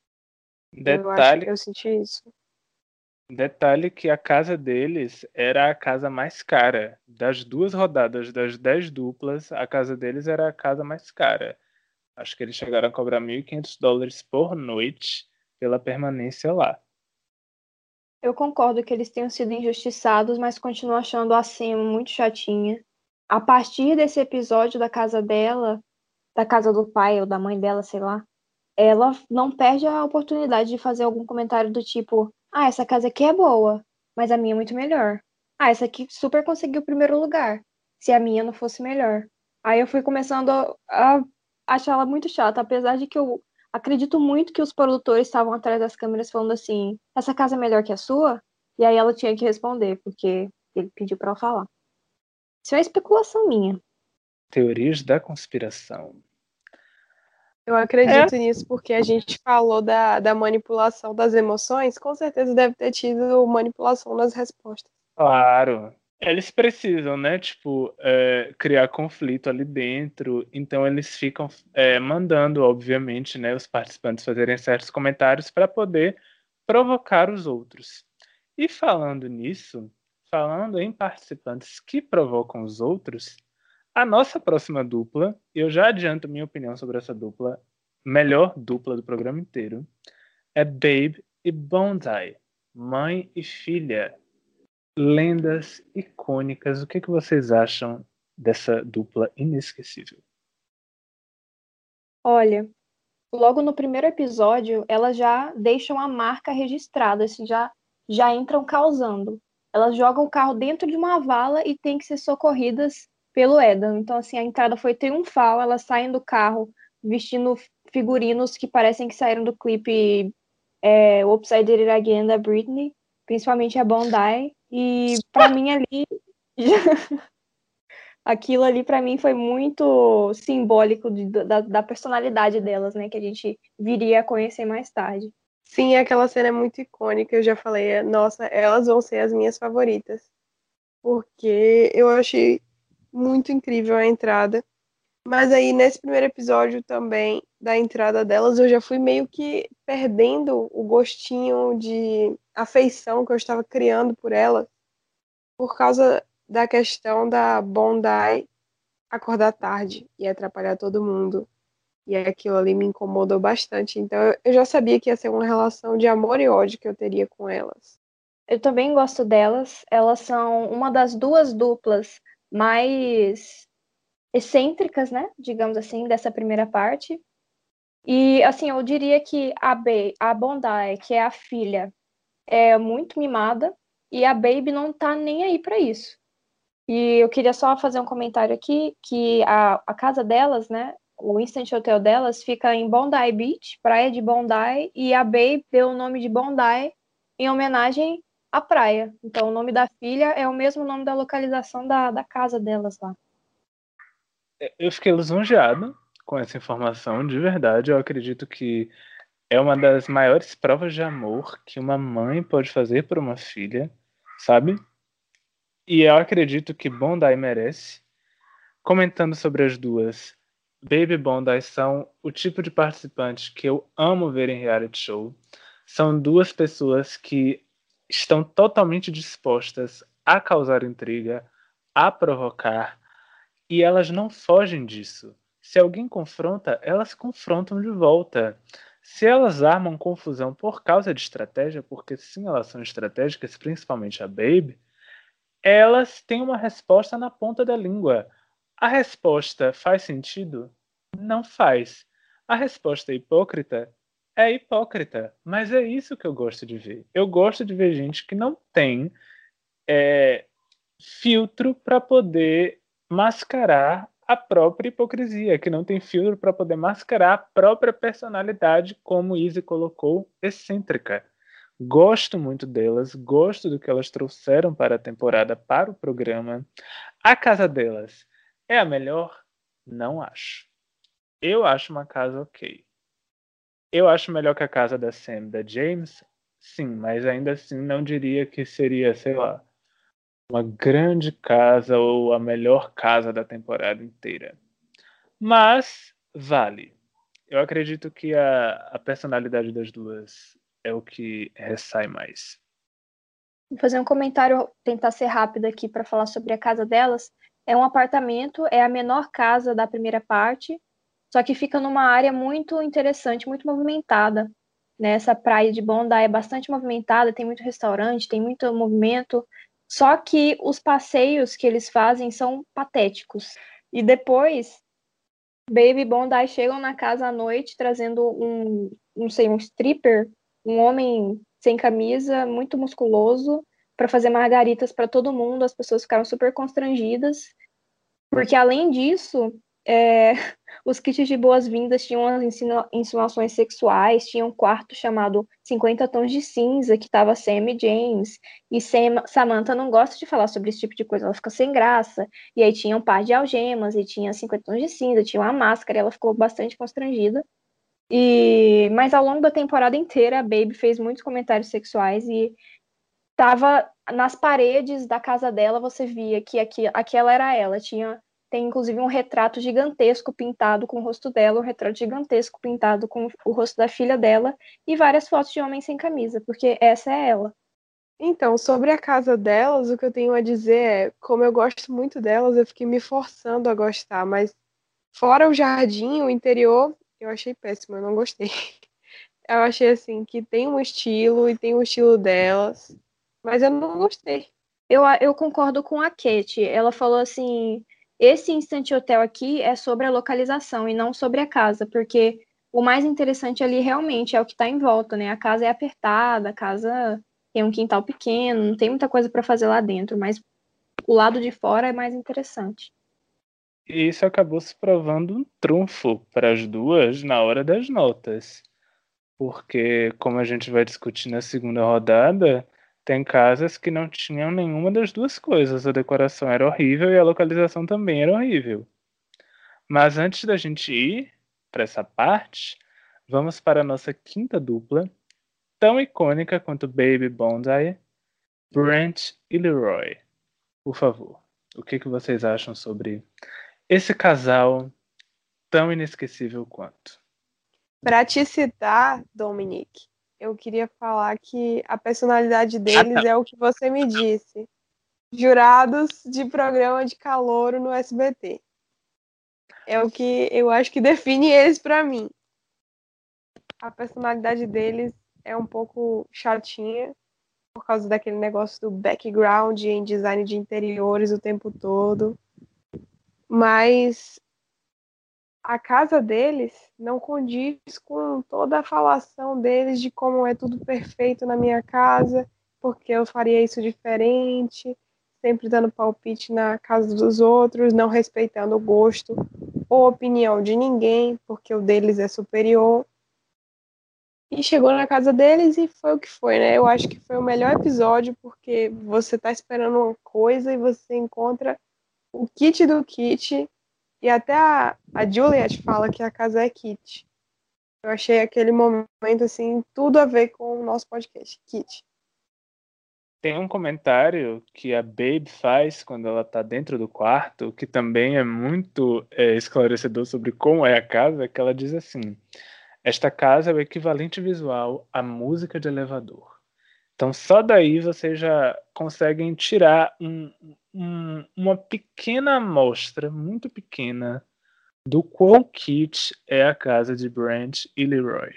Eu senti isso. Detalhe que a casa deles era a casa mais cara. Das 2 rodadas, das 10 duplas, a casa deles era a casa mais cara. Acho que eles chegaram a cobrar $1.500 por noite pela permanência lá. Eu concordo que eles tenham sido injustiçados, mas continuo achando a Sam muito chatinha. A partir desse episódio da casa dela, da casa do pai ou da mãe dela, sei lá, ela não perde a oportunidade de fazer algum comentário do tipo: ah, essa casa aqui é boa, mas a minha é muito melhor. Ah, essa aqui super conseguiu o primeiro lugar, se a minha não fosse melhor. Aí eu fui começando a achar ela muito chata, apesar de que eu acredito muito que os produtores estavam atrás das câmeras falando assim: essa casa é melhor que a sua? E aí ela tinha que responder, porque ele pediu pra ela falar. Isso é uma especulação minha. Teorias da conspiração. Eu acredito nisso porque a gente falou da manipulação das emoções, com certeza deve ter tido manipulação nas respostas. Claro. Eles precisam, né? Tipo, criar conflito ali dentro. Então eles ficam mandando, obviamente, né, os participantes fazerem certos comentários para poder provocar os outros. E falando nisso, falando em participantes que provocam os outros, a nossa próxima dupla, eu já adianto minha opinião sobre essa dupla, melhor dupla do programa inteiro, é Babe e Bondi, mãe e filha. Lendas icônicas. O que vocês acham dessa dupla inesquecível? Olha, logo no primeiro episódio, elas já deixam a marca registrada, assim, já entram causando. Elas jogam o carro dentro de uma vala e têm que ser socorridas pelo Adam. Então, assim, a entrada foi triunfal, elas saem do carro vestindo figurinos que parecem que saíram do clipe Oops, I Did It Again, da Britney, principalmente a Bondi. E pra mim ali, aquilo ali pra mim foi muito simbólico da personalidade delas, né? Que a gente viria a conhecer mais tarde. Sim, aquela cena é muito icônica, eu já falei, nossa, elas vão ser as minhas favoritas. Porque eu achei muito incrível a entrada. Mas aí, nesse primeiro episódio também, da entrada delas, eu já fui meio que perdendo o gostinho de afeição que eu estava criando por ela, por causa da questão da Bondi acordar tarde e atrapalhar todo mundo. E aquilo ali me incomodou bastante. Então, eu já sabia que ia ser uma relação de amor e ódio que eu teria com elas. Eu também gosto delas. Elas são uma das 2 duplas mais excêntricas, né? Digamos assim, dessa primeira parte. E, assim, eu diria que a Bondi, que é a filha, é muito mimada e a Baby não tá nem aí pra isso. E eu queria só fazer um comentário aqui, que a casa delas, né, o Instant Hotel delas fica em Bondi Beach, praia de Bondi, e a Babe deu o nome de Bondi em homenagem à praia. Então o nome da filha é o mesmo nome da localização da casa delas lá. Eu fiquei lisonjeado com essa informação, de verdade. Eu acredito que é uma das maiores provas de amor que uma mãe pode fazer por uma filha, sabe? E eu acredito que Bondi merece. Comentando sobre as duas, Baby e Bondi são o tipo de participante que eu amo ver em reality show. São duas pessoas que estão totalmente dispostas a causar intriga, a provocar, e elas não fogem disso. Se alguém confronta, elas confrontam de volta. Se elas armam confusão por causa de estratégia, porque sim, elas são estratégicas, principalmente a Baby, elas têm uma resposta na ponta da língua. A resposta faz sentido? Não faz. A resposta é hipócrita? É hipócrita. Mas é isso que eu gosto de ver. Eu gosto de ver gente que não tem filtro para poder mascarar a própria hipocrisia, que não tem filtro para poder mascarar a própria personalidade, como Izzy colocou, excêntrica. Gosto muito delas, gosto do que elas trouxeram para a temporada, para o programa. A casa delas é a melhor? Não acho. Eu acho uma casa ok. Eu acho melhor que a casa da Sam e da James? Sim, mas ainda assim não diria que seria, sei lá, uma grande casa ou a melhor casa da temporada inteira. Mas vale. eu acredito que a personalidade das duas é o que ressai mais. Vou fazer um comentário, tentar ser rápido aqui para falar sobre a casa delas. É um apartamento, é a menor casa da primeira parte, só que fica numa área muito interessante, muito movimentada. Né? Essa praia de Bondi é bastante movimentada, tem muito restaurante, tem muito movimento. Só que os passeios que eles fazem são patéticos. E depois, Baby e Bondi chegam na casa à noite trazendo não sei, um stripper, um homem sem camisa, muito musculoso, para fazer margaritas para todo mundo. As pessoas ficaram super constrangidas, porque além disso, os kits de boas-vindas tinham as insinuações sexuais, tinha um quarto chamado 50 Tons de Cinza, que estava Sam e James, e Samantha não gosta de falar sobre esse tipo de coisa, ela fica sem graça, e aí tinha um par de algemas, e tinha 50 Tons de Cinza, tinha uma máscara, e ela ficou bastante constrangida. Mas ao longo da temporada inteira, a Baby fez muitos comentários sexuais, e tava nas paredes da casa dela, você via que aquela era ela. Tem inclusive um retrato gigantesco pintado com o rosto dela, um retrato gigantesco pintado com o rosto da filha dela e várias fotos de homens sem camisa, porque essa é ela. Então, sobre a casa delas, o que eu tenho a dizer é, como eu gosto muito delas, eu fiquei me forçando a gostar, mas fora o jardim, o interior, eu achei péssimo, eu não gostei. Eu achei assim que tem um estilo e tem o estilo delas, mas eu não gostei. Eu concordo com a Kate. Ela falou assim: esse Instant Hotel aqui é sobre a localização e não sobre a casa, porque o mais interessante ali realmente é o que está em volta, né? A casa é apertada, a casa tem um quintal pequeno, não tem muita coisa para fazer lá dentro, mas o lado de fora é mais interessante. E isso acabou se provando um trunfo para as duas na hora das notas. Porque, como a gente vai discutir na segunda rodada, tem casas que não tinham nenhuma das duas coisas. A decoração era horrível e a localização também era horrível. Mas antes da gente ir para essa parte, vamos para a nossa quinta dupla, tão icônica quanto Baby Bondi, Brent e Leroy. Por favor, o que vocês acham sobre esse casal tão inesquecível quanto? Para te citar, Dominique, eu queria falar que a personalidade deles é o que você me disse. Jurados de programa de calouro no SBT. É o que eu acho que define eles para mim. A personalidade deles é um pouco chatinha, por causa daquele negócio do background em design de interiores o tempo todo. Mas a casa deles não condiz com toda a falação deles de como é tudo perfeito na minha casa, porque eu faria isso diferente, sempre dando palpite na casa dos outros, não respeitando o gosto ou opinião de ninguém, porque o deles é superior. E chegou na casa deles e foi o que foi, né? Eu acho que foi o melhor episódio, porque você tá esperando uma coisa e você encontra o kit do kit. E até a Juliet fala que a casa é kit. Eu achei aquele momento, assim, tudo a ver com o nosso podcast, kit. Tem um comentário que a Babe faz quando ela tá dentro do quarto, que também é muito esclarecedor sobre como é a casa, que ela diz assim: esta casa é o equivalente visual à música de elevador. Então só daí vocês já conseguem tirar uma pequena amostra, muito pequena, do quão kit é a casa de Brent e Leroy.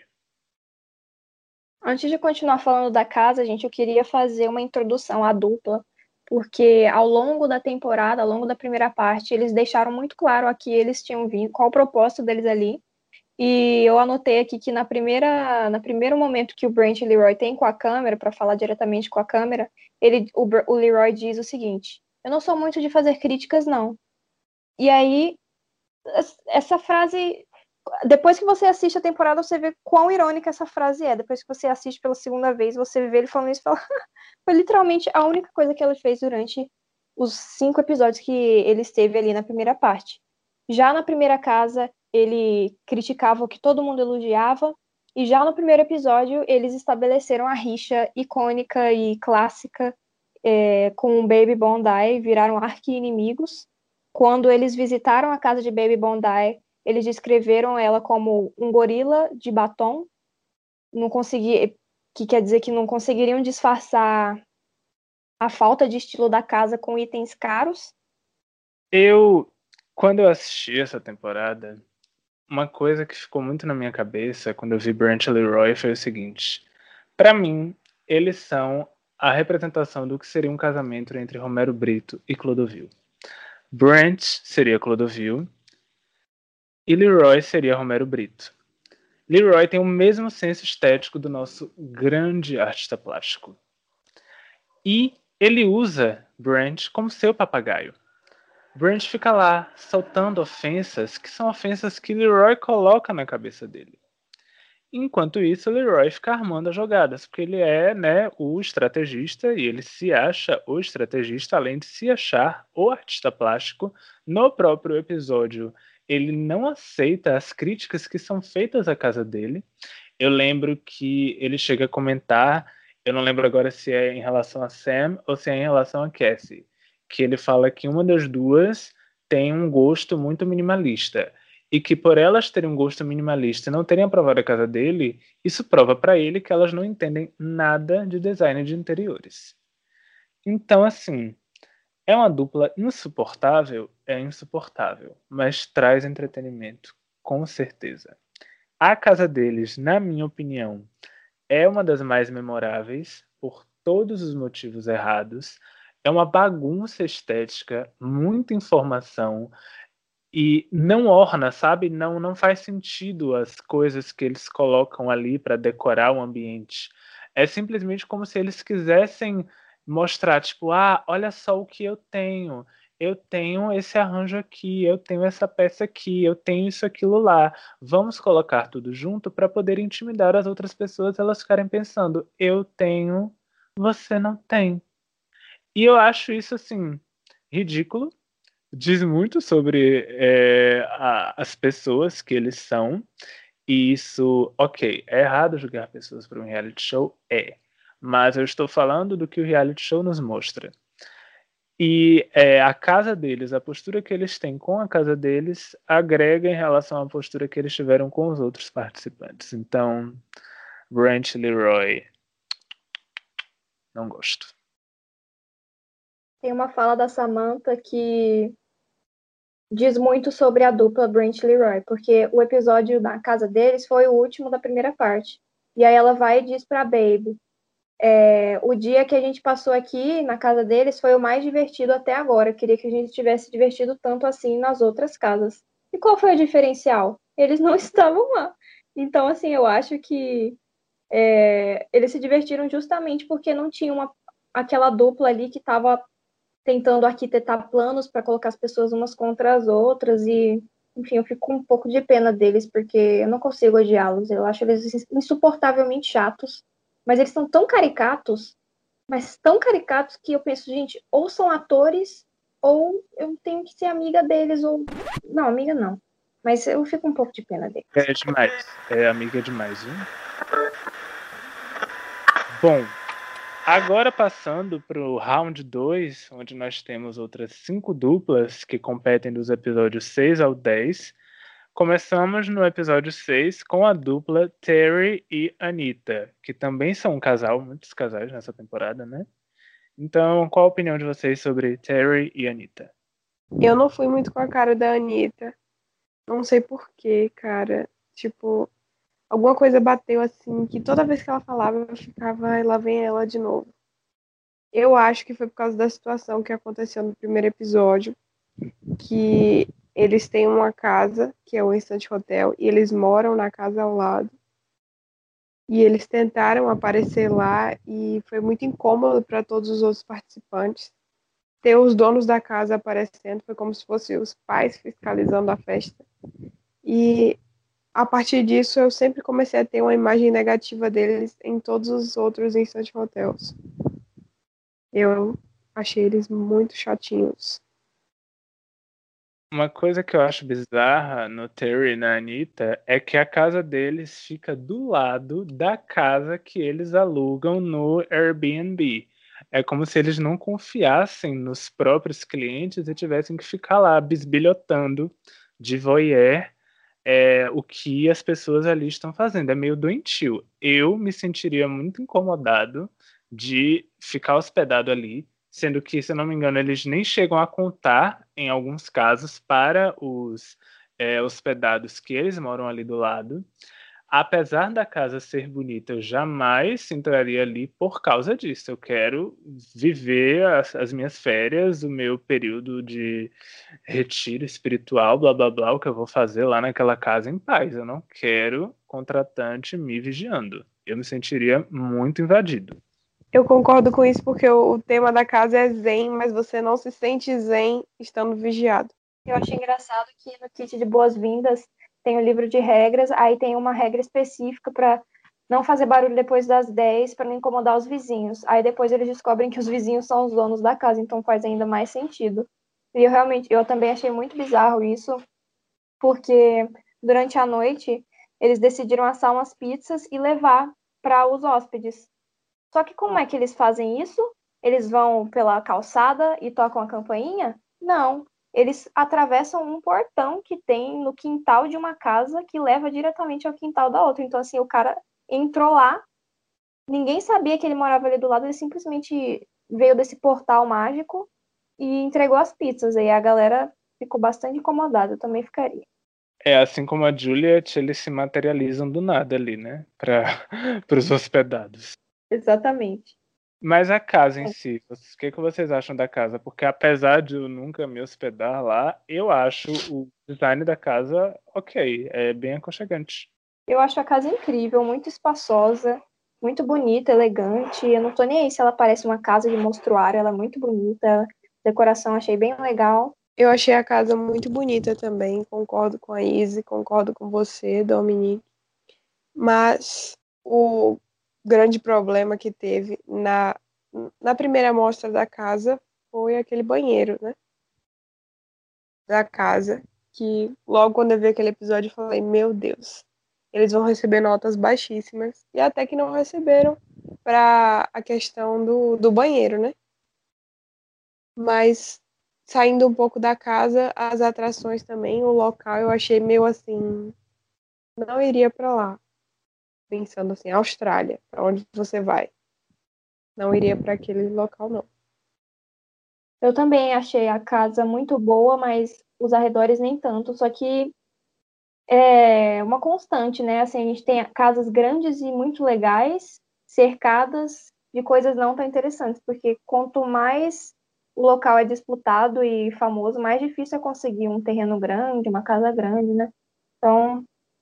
Antes de continuar falando da casa, gente, eu queria fazer uma introdução à dupla, porque ao longo da temporada, ao longo da primeira parte, eles deixaram muito claro a que eles tinham vindo, qual o propósito deles ali. E eu anotei aqui que no primeiro momento que o Brent e o Leroy têm com a câmera, para falar diretamente com a câmera, o Leroy diz o seguinte: eu não sou muito de fazer críticas, não. E aí, essa frase, depois que você assiste a temporada, você vê quão irônica essa frase é. Depois que você assiste pela segunda vez, você vê ele falando isso e fala: foi literalmente a única coisa que ela fez durante os 5 episódios que ele esteve ali na primeira parte. Já na primeira casa, ele criticava o que todo mundo elogiava, e já no primeiro episódio, eles estabeleceram a rixa icônica e clássica com o Baby Bondi, viraram arqui-inimigos. Quando eles visitaram a casa de Baby Bondi, eles descreveram ela como um gorila de batom, que quer dizer que não conseguiriam disfarçar a falta de estilo da casa com itens caros. Quando eu assisti essa temporada, uma coisa que ficou muito na minha cabeça quando eu vi Brent e Leroy foi o seguinte: pra mim, eles são a representação do que seria um casamento entre Romero Brito e Clodovil. Brent seria Clodovil e Leroy seria Romero Brito. Leroy tem o mesmo senso estético do nosso grande artista plástico. E ele usa Brent como seu papagaio. Brent fica lá, soltando ofensas, que são ofensas que Leroy coloca na cabeça dele. Enquanto isso, Leroy fica armando as jogadas, porque ele é, né, o estrategista, e ele se acha o estrategista, além de se achar o artista plástico. No próprio episódio, ele não aceita as críticas que são feitas à casa dele. Eu lembro que ele chega a comentar, eu não lembro agora se é em relação a Sam ou se é em relação a Cassie, que ele fala que uma das duas tem um gosto muito minimalista, e que por elas terem um gosto minimalista e não terem aprovado a casa dele, isso prova para ele que elas não entendem nada de design de interiores. Então, assim, é uma dupla insuportável? É insuportável, mas traz entretenimento, com certeza. A casa deles, na minha opinião, é uma das mais memoráveis, por todos os motivos errados. É uma bagunça estética, muita informação, e não orna, sabe? Não faz sentido as coisas que eles colocam ali para decorar o ambiente. É simplesmente como se eles quisessem mostrar, tipo, olha só o que eu tenho. Eu tenho esse arranjo aqui, eu tenho essa peça aqui, eu tenho isso, aquilo lá. Vamos colocar tudo junto para poder intimidar as outras pessoas, elas ficarem pensando, eu tenho, você não tem. E eu acho isso, assim, ridículo. Diz muito sobre as pessoas que eles são. E isso, ok, é errado julgar pessoas por um reality show? É. Mas eu estou falando do que o reality show nos mostra. E a casa deles, a postura que eles têm com a casa deles, agrega em relação à postura que eles tiveram com os outros participantes. Então, Brent e Leroy, não gosto. Tem uma fala da Samantha que diz muito sobre a dupla Brent e Leroy, porque o episódio na casa deles foi o último da primeira parte. E aí ela vai e diz pra Baby, o dia que a gente passou aqui na casa deles foi o mais divertido até agora. Eu queria que a gente tivesse divertido tanto assim nas outras casas. E qual foi o diferencial? Eles não estavam lá. Então, assim, eu acho que eles se divertiram justamente porque não tinha aquela dupla ali que estava tentando arquitetar planos para colocar as pessoas umas contra as outras e, enfim, eu fico com um pouco de pena deles porque eu não consigo odiá-los. Eu acho eles insuportavelmente chatos, mas eles são tão caricatos, mas tão caricatos que eu penso, gente, ou são atores ou eu tenho que ser amiga deles ou não, amiga não. Mas eu fico um pouco de pena deles. É demais. É amiga demais, viu? Bom, agora passando para o round 2, onde nós temos outras 5 duplas que competem dos episódios 6 ao 10. Começamos no episódio 6 com a dupla Terry e Anitta, que também são um casal, muitos casais nessa temporada, né? Então, qual a opinião de vocês sobre Terry e Anitta? Eu não fui muito com a cara da Anitta. Não sei porquê, cara. Tipo, alguma coisa bateu assim, que toda vez que ela falava, eu ficava, ai, lá vem ela de novo. Eu acho que foi por causa da situação que aconteceu no primeiro episódio, que eles têm uma casa, que é o Instant Hotel, e eles moram na casa ao lado. E eles tentaram aparecer lá e foi muito incômodo para todos os outros participantes. Ter os donos da casa aparecendo foi como se fossem os pais fiscalizando a festa. E a partir disso eu sempre comecei a ter uma imagem negativa deles em todos os outros Instant Hotels. Eu achei eles muito chatinhos. Uma coisa que eu acho bizarra no Terry e na Anitta é que a casa deles fica do lado da casa que eles alugam no Airbnb. É como se eles não confiassem nos próprios clientes e tivessem que ficar lá bisbilhotando de voyeur o que as pessoas ali estão fazendo. É meio doentio. Eu me sentiria muito incomodado de ficar hospedado ali, sendo que, se eu não me engano, eles nem chegam a contar, em alguns casos, para os hospedados que eles moram ali do lado. Apesar da casa ser bonita, eu jamais entraria ali por causa disso. Eu quero viver as minhas férias, o meu período de retiro espiritual, blá blá blá, o que eu vou fazer lá naquela casa em paz. Eu não quero contratante me vigiando. Eu me sentiria muito invadido. Eu concordo com isso porque o tema da casa é zen, mas você não se sente zen estando vigiado. Eu achei engraçado que no kit de boas-vindas tem o livro de regras, aí tem uma regra específica para não fazer barulho depois das 10 para não incomodar os vizinhos. Aí depois eles descobrem que os vizinhos são os donos da casa, então faz ainda mais sentido. E eu também achei muito bizarro isso, porque durante a noite eles decidiram assar umas pizzas e levar para os hóspedes. Só que como é que eles fazem isso? Eles vão pela calçada e tocam a campainha? Não. Eles atravessam um portão que tem no quintal de uma casa que leva diretamente ao quintal da outra. Então, assim, o cara entrou lá, ninguém sabia que ele morava ali do lado, ele simplesmente veio desse portal mágico e entregou as pizzas. Aí a galera ficou bastante incomodada, eu também ficaria. Assim como a Juliet, eles se materializam do nada ali, né? Para os hospedados. Exatamente. Mas a casa em si, o que vocês acham da casa? Porque apesar de eu nunca me hospedar lá, eu acho o design da casa ok, é bem aconchegante. Eu acho a casa incrível, muito espaçosa, muito bonita, elegante. Eu não tô nem aí se ela parece uma casa de monstruário, ela é muito bonita. A decoração achei bem legal. Eu achei a casa muito bonita também, concordo com a Izzy, concordo com você, Dominique. Mas o grande problema que teve na primeira mostra da casa foi aquele banheiro, né? Da casa, que logo quando eu vi aquele episódio eu falei, meu Deus, eles vão receber notas baixíssimas. E até que não receberam para a questão do banheiro, né? Mas saindo um pouco da casa, as atrações também, o local eu achei meio assim, não iria para lá. Pensando assim, Austrália, para onde você vai? Não iria para aquele local, não. Eu também achei a casa muito boa, mas os arredores nem tanto. Só que é uma constante, né? Assim, a gente tem casas grandes e muito legais, cercadas de coisas não tão interessantes, porque quanto mais o local é disputado e famoso, mais difícil é conseguir um terreno grande, uma casa grande, né? Então,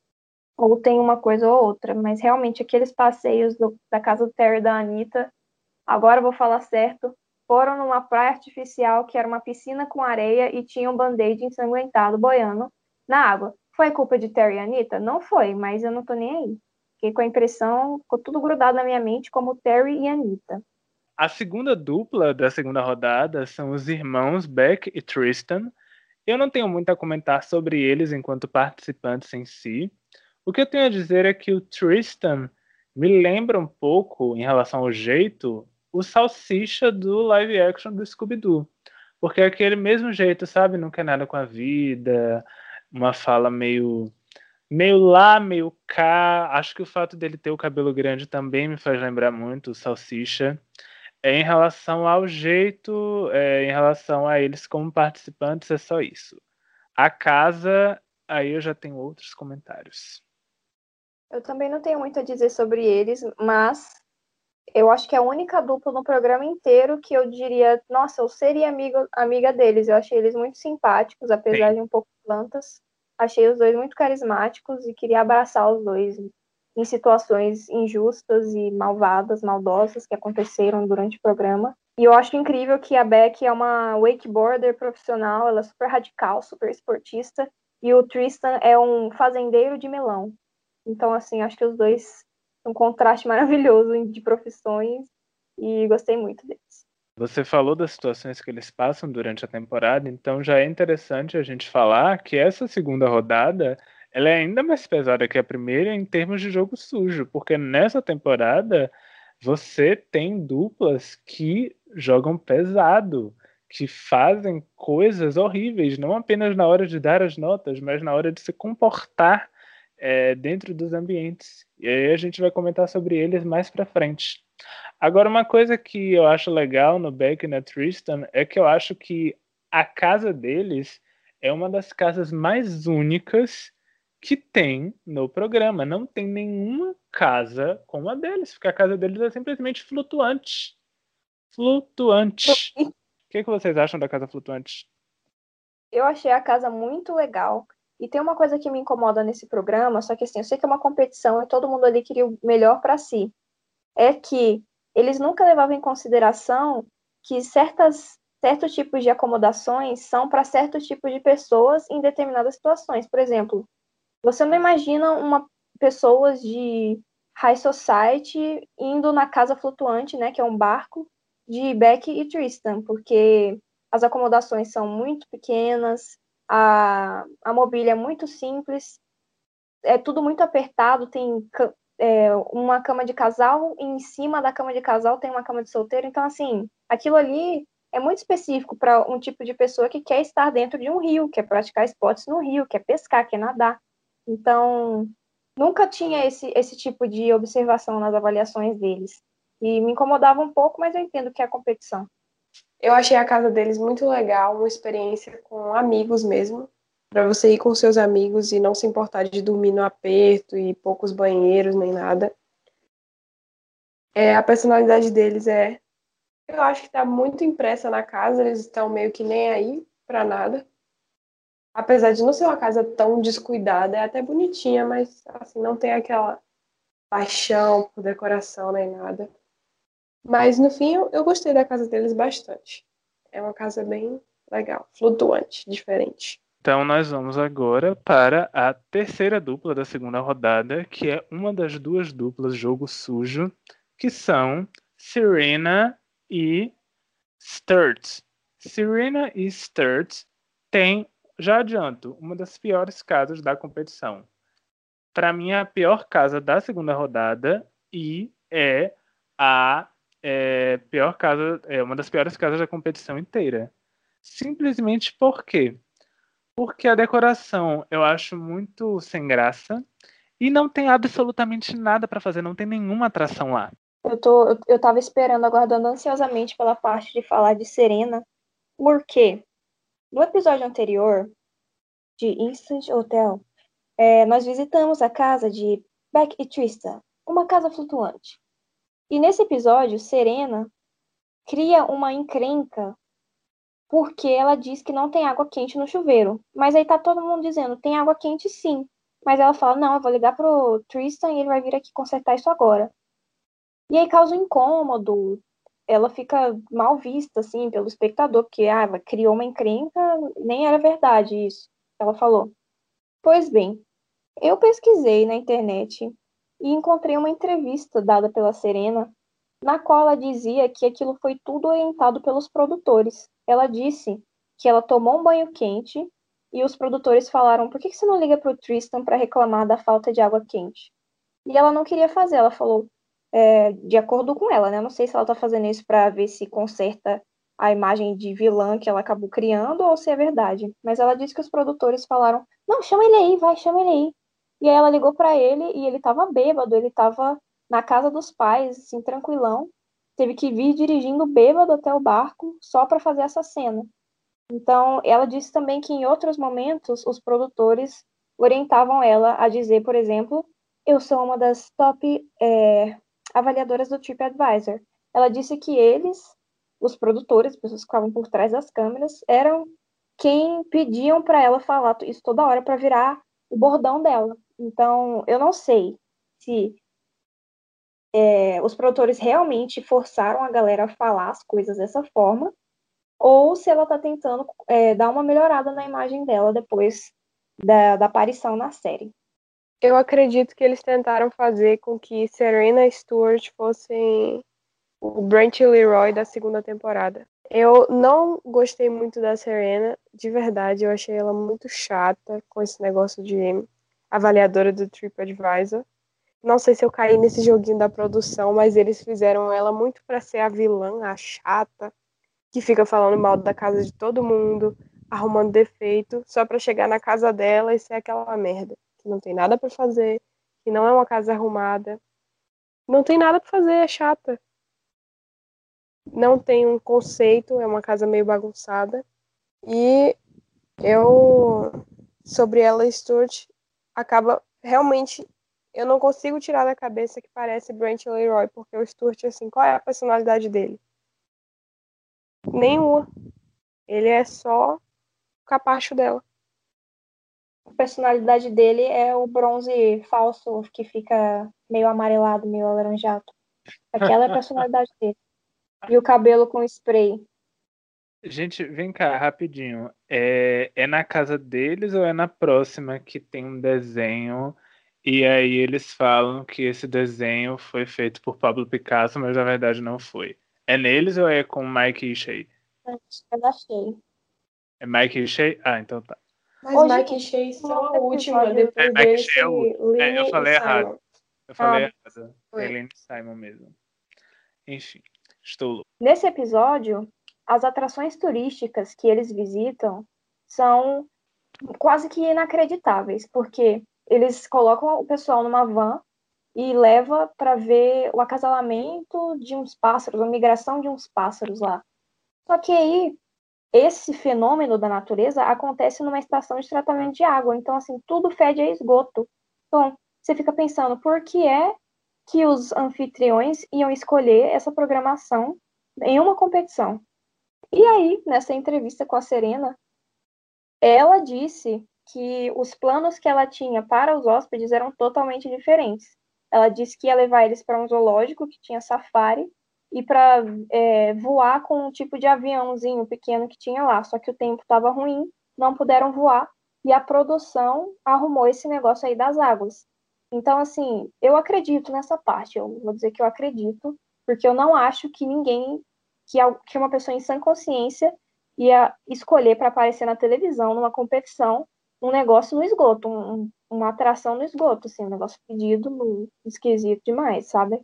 ou tem uma coisa ou outra, mas realmente aqueles passeios da casa do Terry e da Anitta, agora eu vou falar certo, foram numa praia artificial que era uma piscina com areia e tinha um band-aid ensanguentado boiando na água. Foi culpa de Terry e Anitta? Não foi, mas eu não tô nem aí. Fiquei com a impressão, ficou tudo grudado na minha mente como Terry e Anitta. A segunda dupla da segunda rodada são os irmãos Beck e Tristan. Eu não tenho muito a comentar sobre eles enquanto participantes em si. O que eu tenho a dizer é que o Tristan me lembra um pouco, em relação ao jeito, o Salsicha do live action do Scooby-Doo. Porque é aquele mesmo jeito, sabe? Não quer nada com a vida, uma fala meio lá, meio cá. Acho que o fato dele ter o cabelo grande também me faz lembrar muito o Salsicha. Em relação ao jeito, em relação a eles como participantes, é só isso. A casa, aí eu já tenho outros comentários. Eu também não tenho muito a dizer sobre eles, mas eu acho que é a única dupla no programa inteiro que eu diria, nossa, eu seria amiga deles. Eu achei eles muito simpáticos, apesar Sim. de um pouco plantas. Achei os dois muito carismáticos e queria abraçar os dois em situações injustas e malvadas, maldosas que aconteceram durante o programa. E eu acho incrível que a Beck é uma wakeboarder profissional, ela é super radical, super esportista, e o Tristan é um fazendeiro de melão. Então, assim, acho que os dois um contraste maravilhoso de profissões e gostei muito deles. Você falou das situações que eles passam durante a temporada, então já é interessante a gente falar que essa segunda rodada ela é ainda mais pesada que a primeira em termos de jogo sujo, porque nessa temporada você tem duplas que jogam pesado, que fazem coisas horríveis, não apenas na hora de dar as notas, mas na hora de se comportar dentro dos ambientes. E aí a gente vai comentar sobre eles mais pra frente. Agora, uma coisa que eu acho legal no Beck e na Tristan é que eu acho que a casa deles é uma das casas mais únicas que tem no programa. Não tem nenhuma casa como a deles, porque a casa deles é simplesmente flutuante. Flutuante. O que vocês acham da casa flutuante? Eu achei a casa muito legal. E tem uma coisa que me incomoda nesse programa, só que assim, eu sei que é uma competição e todo mundo ali queria o melhor para si. É que eles nunca levavam em consideração que certos tipos de acomodações são para certos tipos de pessoas em determinadas situações. Por exemplo, você não imagina pessoas de high society indo na casa flutuante, né, que é um barco, de Beck e Tristan, porque as acomodações são muito pequenas, a mobília é muito simples, é tudo muito apertado, tem uma cama de casal, e em cima da cama de casal tem uma cama de solteiro, então assim, aquilo ali é muito específico para um tipo de pessoa que quer estar dentro de um rio, quer praticar esportes no rio, quer pescar, quer nadar. Então, nunca tinha esse tipo de observação nas avaliações deles. E me incomodava um pouco, mas eu entendo que é a competição. Eu achei a casa deles muito legal, uma experiência com amigos mesmo, para você ir com seus amigos e não se importar de dormir no aperto e poucos banheiros nem nada. A personalidade deles eu acho que está muito impressa na casa, eles estão meio que nem aí para nada. Apesar de não ser uma casa tão descuidada, é até bonitinha, mas assim, não tem aquela paixão por decoração nem nada. Mas no fim eu gostei da casa deles bastante. É uma casa bem legal, flutuante, diferente. Então nós vamos agora para a terceira dupla da segunda rodada, que é uma das duas duplas jogo sujo, que são Serena e Sturts. Serena e Sturts têm, já adianto, uma das piores casas da competição. Para mim é a pior casa da segunda rodada e é a pior casa, uma das piores casas da competição inteira. Simplesmente por quê? Porque a decoração eu acho muito sem graça e não tem absolutamente nada para fazer, não tem nenhuma atração lá. Eu tava esperando, aguardando ansiosamente pela parte de falar de Serena, porque no episódio anterior de Instant Hotel, nós visitamos a casa de Beck e Tristan, uma casa flutuante. E nesse episódio, Serena cria uma encrenca porque ela diz que não tem água quente no chuveiro. Mas aí tá todo mundo dizendo, tem água quente sim. Mas ela fala, não, eu vou ligar pro Tristan e ele vai vir aqui consertar isso agora. E aí causa um incômodo. Ela fica mal vista, assim, pelo espectador, porque ela criou uma encrenca, nem era verdade isso que ela falou. Pois bem, eu pesquisei na internet e encontrei uma entrevista dada pela Serena, na qual ela dizia que aquilo foi tudo orientado pelos produtores. Ela disse que ela tomou um banho quente e os produtores falaram: por que você não liga para o Tristan para reclamar da falta de água quente? E ela não queria fazer, ela falou, de acordo com ela, né? Eu não sei se ela tá fazendo isso para ver se conserta a imagem de vilã que ela acabou criando ou se é verdade. Mas ela disse que os produtores falaram: não, chama ele aí, vai, chama ele aí. E aí ela ligou para ele e ele tava bêbado, ele tava na casa dos pais, assim, tranquilão. Teve que vir dirigindo bêbado até o barco só para fazer essa cena. Então, ela disse também que em outros momentos os produtores orientavam ela a dizer, por exemplo, eu sou uma das top avaliadoras do TripAdvisor. Ela disse que eles, os produtores, as pessoas que ficavam por trás das câmeras, eram quem pediam para ela falar isso toda hora para virar o bordão dela. Então, eu não sei se os produtores realmente forçaram a galera a falar as coisas dessa forma, ou se ela está tentando dar uma melhorada na imagem dela depois da aparição na série. Eu acredito que eles tentaram fazer com que Serena e Stuart fossem o Brent e Leroy da segunda temporada. Eu não gostei muito da Serena, de verdade, eu achei ela muito chata com esse negócio de avaliadora do TripAdvisor. Não sei se eu caí nesse joguinho da produção, mas eles fizeram ela muito para ser a vilã, a chata, que fica falando mal da casa de todo mundo, arrumando defeito, só pra chegar na casa dela e ser aquela merda, que não tem nada pra fazer, que não é uma casa arrumada, não tem nada pra fazer, é chata. Não tem um conceito, é uma casa meio bagunçada. E sobre ela, Stuart, acaba realmente, eu não consigo tirar da cabeça que parece Brent Leroy, porque o Stuart, assim, qual é a personalidade dele? Nenhuma. Ele é só o capacho dela. A personalidade dele é o bronze falso, que fica meio amarelado, meio alaranjado. Aquela é a personalidade dele. E o cabelo com spray. Gente, vem cá, rapidinho. É na casa deles ou é na próxima que tem um desenho e aí eles falam que esse desenho foi feito por Pablo Picasso, mas na verdade não foi? É neles ou é com Mike e Shay? Eu achei. É Mike e Shay? Ah, então tá. Mas Hoje, Mike e Shay são a no última, episódio- depois Mike e deles Shay é o. tem Eu Lynn e falei errado. Simon. Eu falei Ah, errado. foi. É Lynn e Simon mesmo. Enfim, estou louco. Nesse episódio, as atrações turísticas que eles visitam são quase que inacreditáveis, porque eles colocam o pessoal numa van e leva para ver o acasalamento de uns pássaros, a migração de uns pássaros lá. Só que aí esse fenômeno da natureza acontece numa estação de tratamento de água, então assim, tudo fede a esgoto. Então, você fica pensando, por que é que os anfitriões iam escolher essa programação em uma competição? E aí, nessa entrevista com a Serena, ela disse que os planos que ela tinha para os hóspedes eram totalmente diferentes. Ela disse que ia levar eles para um zoológico que tinha safari e para voar com um tipo de aviãozinho pequeno que tinha lá. Só que o tempo estava ruim, não puderam voar e a produção arrumou esse negócio aí das águas. Então, assim, eu acredito nessa parte. Eu vou dizer que eu acredito, porque eu não acho que ninguém, que uma pessoa em sã consciência ia escolher para aparecer na televisão, numa competição, um negócio no esgoto, uma atração no esgoto, assim, um negócio pedido, esquisito demais, sabe?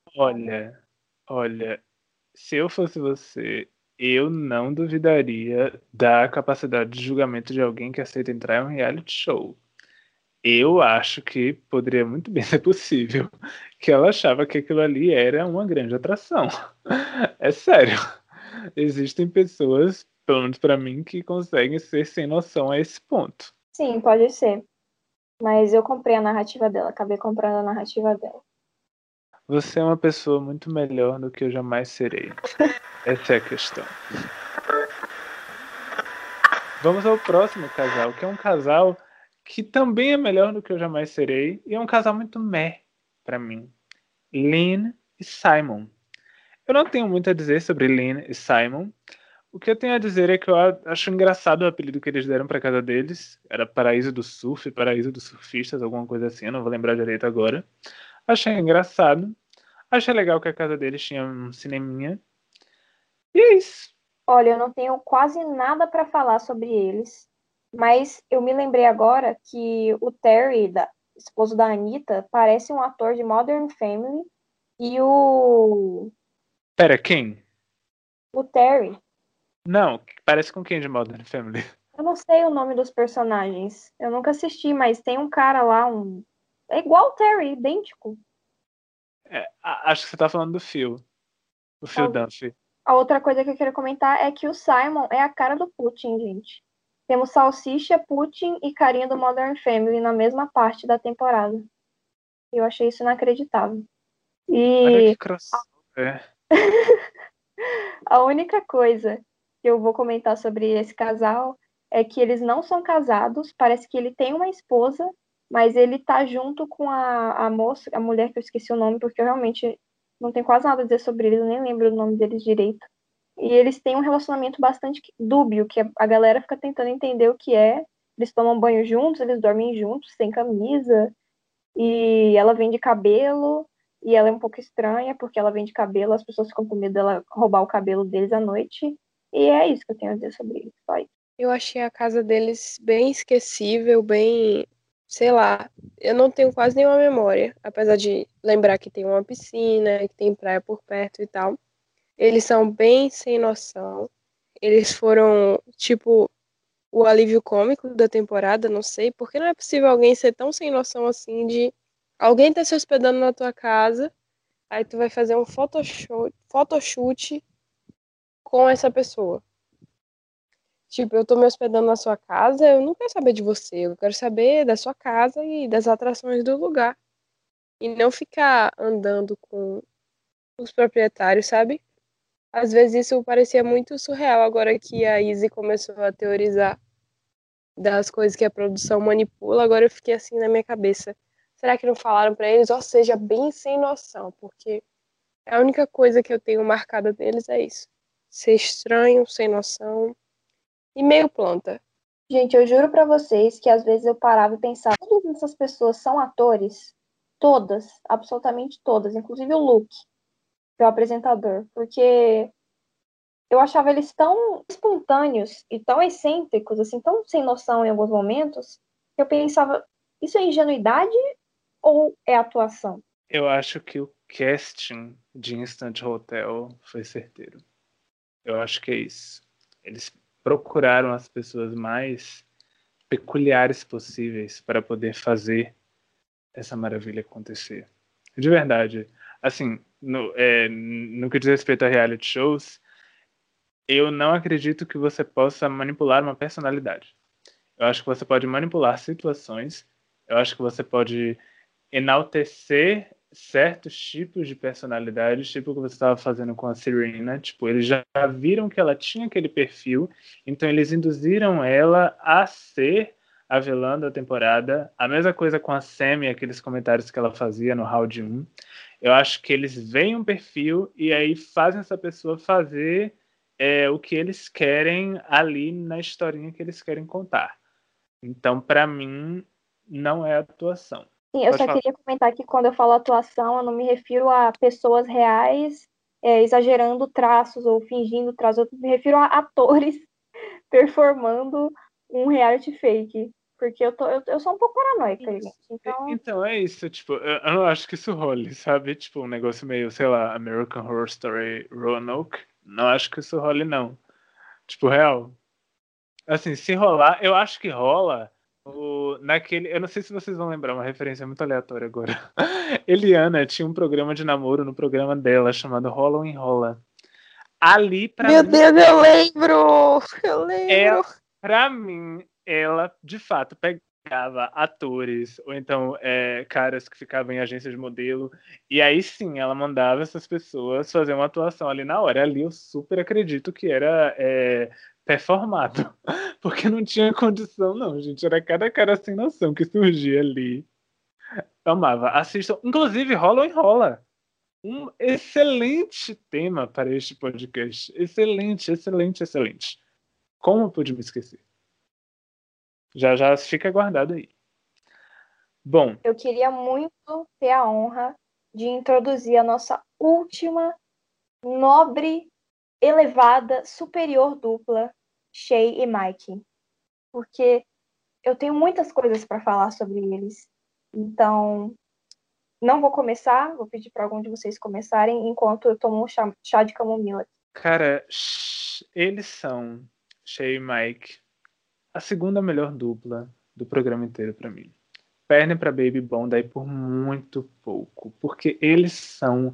Olha, se eu fosse você, eu não duvidaria da capacidade de julgamento de alguém que aceita entrar em um reality show. Eu acho que poderia muito bem ser possível que ela achava que aquilo ali era uma grande atração. É sério. Existem pessoas, pelo menos pra mim, que conseguem ser sem noção a esse ponto. Sim, pode ser. Mas eu comprei a narrativa dela, acabei comprando a narrativa dela. Você é uma pessoa muito melhor do que eu jamais serei. Essa é a questão. Vamos ao próximo casal, que é um casal que também é melhor do que eu jamais serei, e é um casal muito meh pra mim. Lynn e Simon. Eu não tenho muito a dizer sobre Lynn e Simon. O que eu tenho a dizer é que eu acho engraçado o apelido que eles deram pra casa deles. Era Paraíso do Surf, Paraíso dos Surfistas, alguma coisa assim, eu não vou lembrar direito agora. Achei engraçado. Achei legal que a casa deles tinha um cineminha. E é isso. Olha, eu não tenho quase nada para falar sobre eles, mas eu me lembrei agora que o Terry, esposo da Anitta, parece um ator de Modern Family e Pera, quem? o Terry, Não, parece com quem de Modern Family? eu não sei o nome dos personagens, eu nunca assisti, mas tem um cara lá, é igual o Terry, idêntico. Acho que você tá falando do Phil. O Phil Dunphy. A outra coisa que eu quero comentar é que o Simon é a cara do Putin, gente. Temos Salsicha, Putin e carinha do Modern Family na mesma parte da temporada. Eu achei isso inacreditável. Olha E que crossover. a única coisa que eu vou comentar sobre esse casal é que eles não são casados, parece que ele tem uma esposa, mas ele tá junto com a moça, a mulher que eu esqueci o nome, porque eu realmente não tenho quase nada a dizer sobre eles, eu nem lembro o nome deles direito. E eles têm um relacionamento bastante dúbio, que a galera fica tentando entender o que é. Eles tomam banho juntos, eles dormem juntos, sem camisa, e ela vende cabelo, e ela é um pouco estranha, porque ela vende cabelo, as pessoas ficam com medo dela roubar o cabelo deles à noite. E é isso que eu tenho a dizer sobre isso. Só isso. Eu achei a casa deles bem esquecível, bem, sei lá, eu não tenho quase nenhuma memória, apesar de lembrar que tem uma piscina, que tem praia por perto e tal. Eles são bem sem noção. Eles foram, tipo, o alívio cômico da temporada, não sei, porque não é possível alguém ser tão sem noção assim de alguém tá se hospedando na tua casa, aí tu vai fazer um photoshoot com essa pessoa. Tipo, eu tô me hospedando na sua casa, eu não quero saber de você, eu quero saber da sua casa e das atrações do lugar. E não ficar andando com os proprietários, sabe? Às vezes isso parecia muito surreal agora que a Izzy começou a teorizar das coisas que a produção manipula, agora eu fiquei assim na minha cabeça. Será que não falaram pra eles? Ou seja, bem sem noção, porque a única coisa que eu tenho marcada deles é isso. Ser estranho, sem noção e meio planta. Gente, eu juro pra vocês que às vezes eu parava e pensava, todas essas pessoas são atores? Todas, absolutamente todas, inclusive o Luke, que é o apresentador, porque eu achava eles tão espontâneos e tão excêntricos, assim, tão sem noção em alguns momentos, que eu pensava, isso é ingenuidade ou é atuação? Eu acho que o casting de Instant Hotel foi certeiro. Eu acho que é isso. Eles procuraram as pessoas mais peculiares possíveis para poder fazer essa maravilha acontecer. De verdade. Assim, no que diz respeito a reality shows, eu não acredito que você possa manipular uma personalidade. Eu acho que você pode manipular situações. Eu acho que você pode enaltecer certos tipos de personalidades, tipo o que você estava fazendo com a Serena. Tipo, eles já viram que ela tinha aquele perfil, então eles induziram ela a ser a vilã da temporada. A mesma coisa com a Sam e aqueles comentários que ela fazia no round 1. Eu acho que eles veem um perfil e aí fazem essa pessoa fazer o que eles querem ali na historinha que eles querem contar. Então, para mim, não é atuação. Sim, eu Pode só falar. queria comentar que quando eu falo atuação, eu não me refiro a pessoas reais exagerando traços ou fingindo traços, eu me refiro a atores performando um reality fake. Porque eu sou um pouco paranoica, gente. Então, Então é isso, tipo, eu não acho que isso role, sabe? Tipo, um negócio meio, sei lá, American Horror Story Roanoke. Não acho que isso role, não. Tipo, real. Assim, se rolar, eu acho que rola naquele. Eu não sei se vocês vão lembrar, uma referência muito aleatória agora. Eliana tinha um programa de namoro no programa dela chamado Rola ou Enrola. Ali, pra Meu mim, Deus, eu lembro! Eu lembro! pra mim, ela de fato pegava atores ou então caras que ficavam em agência de modelo e aí sim ela mandava essas pessoas fazer uma atuação ali na hora. Ali eu super acredito que era performado, porque não tinha condição não, gente. Era cada cara sem noção que surgia ali. Eu amava. Assistam. Inclusive, Rola ou Enrola. Um excelente tema para este podcast. Excelente, excelente, excelente. Como eu pude me esquecer? Já já fica guardado aí. Bom, eu queria muito ter a honra de introduzir a nossa última nobre, elevada, superior dupla, Shay e Mike. Porque eu tenho muitas coisas para falar sobre eles. Então, não vou começar, vou pedir para algum de vocês começarem enquanto eu tomo um chá de camomila. cara, eles são, Shay e Mike, a segunda melhor dupla do programa inteiro pra mim. Perdem pra Baby Bond aí por muito pouco, porque eles são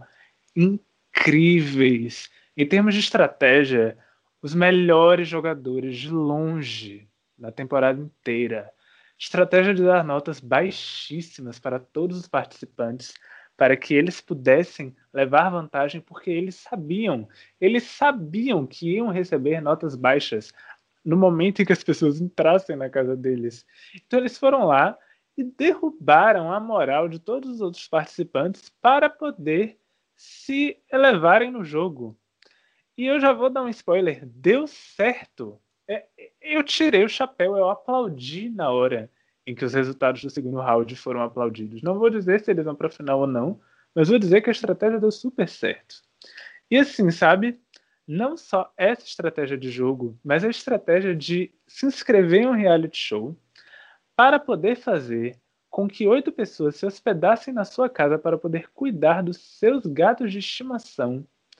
incríveis. Em termos de estratégia, os melhores jogadores de longe na temporada inteira. Estratégia de dar notas baixíssimas para todos os participantes, para que eles pudessem levar vantagem, porque eles sabiam que iam receber notas baixas no momento em que as pessoas entrassem na casa deles. Então eles foram lá e derrubaram a moral de todos os outros participantes para poder se elevarem no jogo. E eu já vou dar um spoiler, deu certo. Eu tirei o chapéu, eu aplaudi na hora em que os resultados do segundo round foram aplaudidos. Não vou dizer se eles vão para a final ou não, mas vou dizer que a estratégia deu super certo. E assim, sabe? Não só essa estratégia de jogo, mas a estratégia de se inscrever em um reality show para poder fazer com que 8 pessoas se hospedassem na sua casa para poder cuidar dos seus gatos de estimação,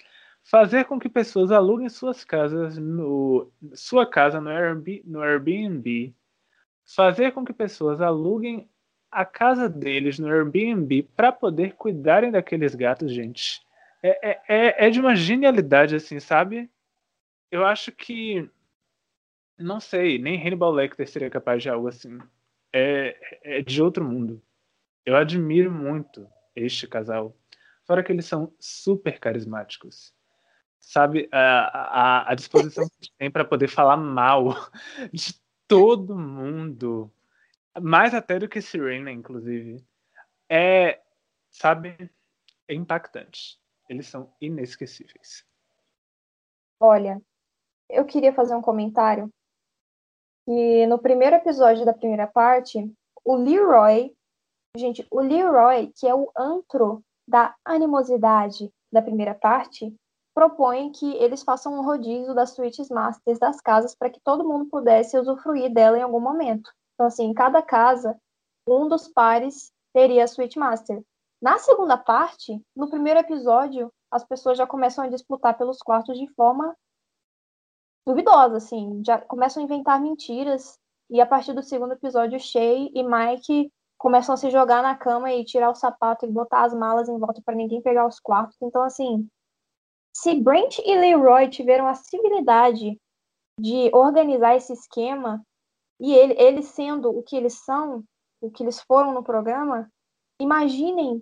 Fazer com que pessoas aluguem suas casas sua casa no Airbnb. Fazer com que pessoas aluguem a casa deles no Airbnb para poder cuidarem daqueles gatos, gente. É de uma genialidade, assim, sabe? Eu acho que, não sei, nem Hannibal Lecter seria capaz de algo assim. É de outro mundo. Eu admiro muito este casal. Fora que eles são super carismáticos. Sabe, a disposição que eles têm para poder falar mal de todo mundo. Mais até do que Serena, inclusive. Sabe, é impactante. Eles são inesquecíveis. Olha, eu queria fazer um comentário que no primeiro episódio da primeira parte, o Leroy, gente, o Leroy, que é o antro da animosidade da primeira parte, propõe que eles façam um rodízio das suítes masters das casas para que todo mundo pudesse usufruir dela em algum momento. Então, assim, em cada casa, um dos pares teria a suíte master. Na segunda parte, no primeiro episódio, as pessoas já começam a disputar pelos quartos de forma duvidosa, assim, já começam a inventar mentiras, e a partir do segundo episódio, Shay e Mike começam a se jogar na cama e tirar o sapato e botar as malas em volta para ninguém pegar os quartos. Então, assim, se Brent e Leroy tiveram a civilidade de organizar esse esquema, e eles sendo o que eles são, o que eles foram no programa, imaginem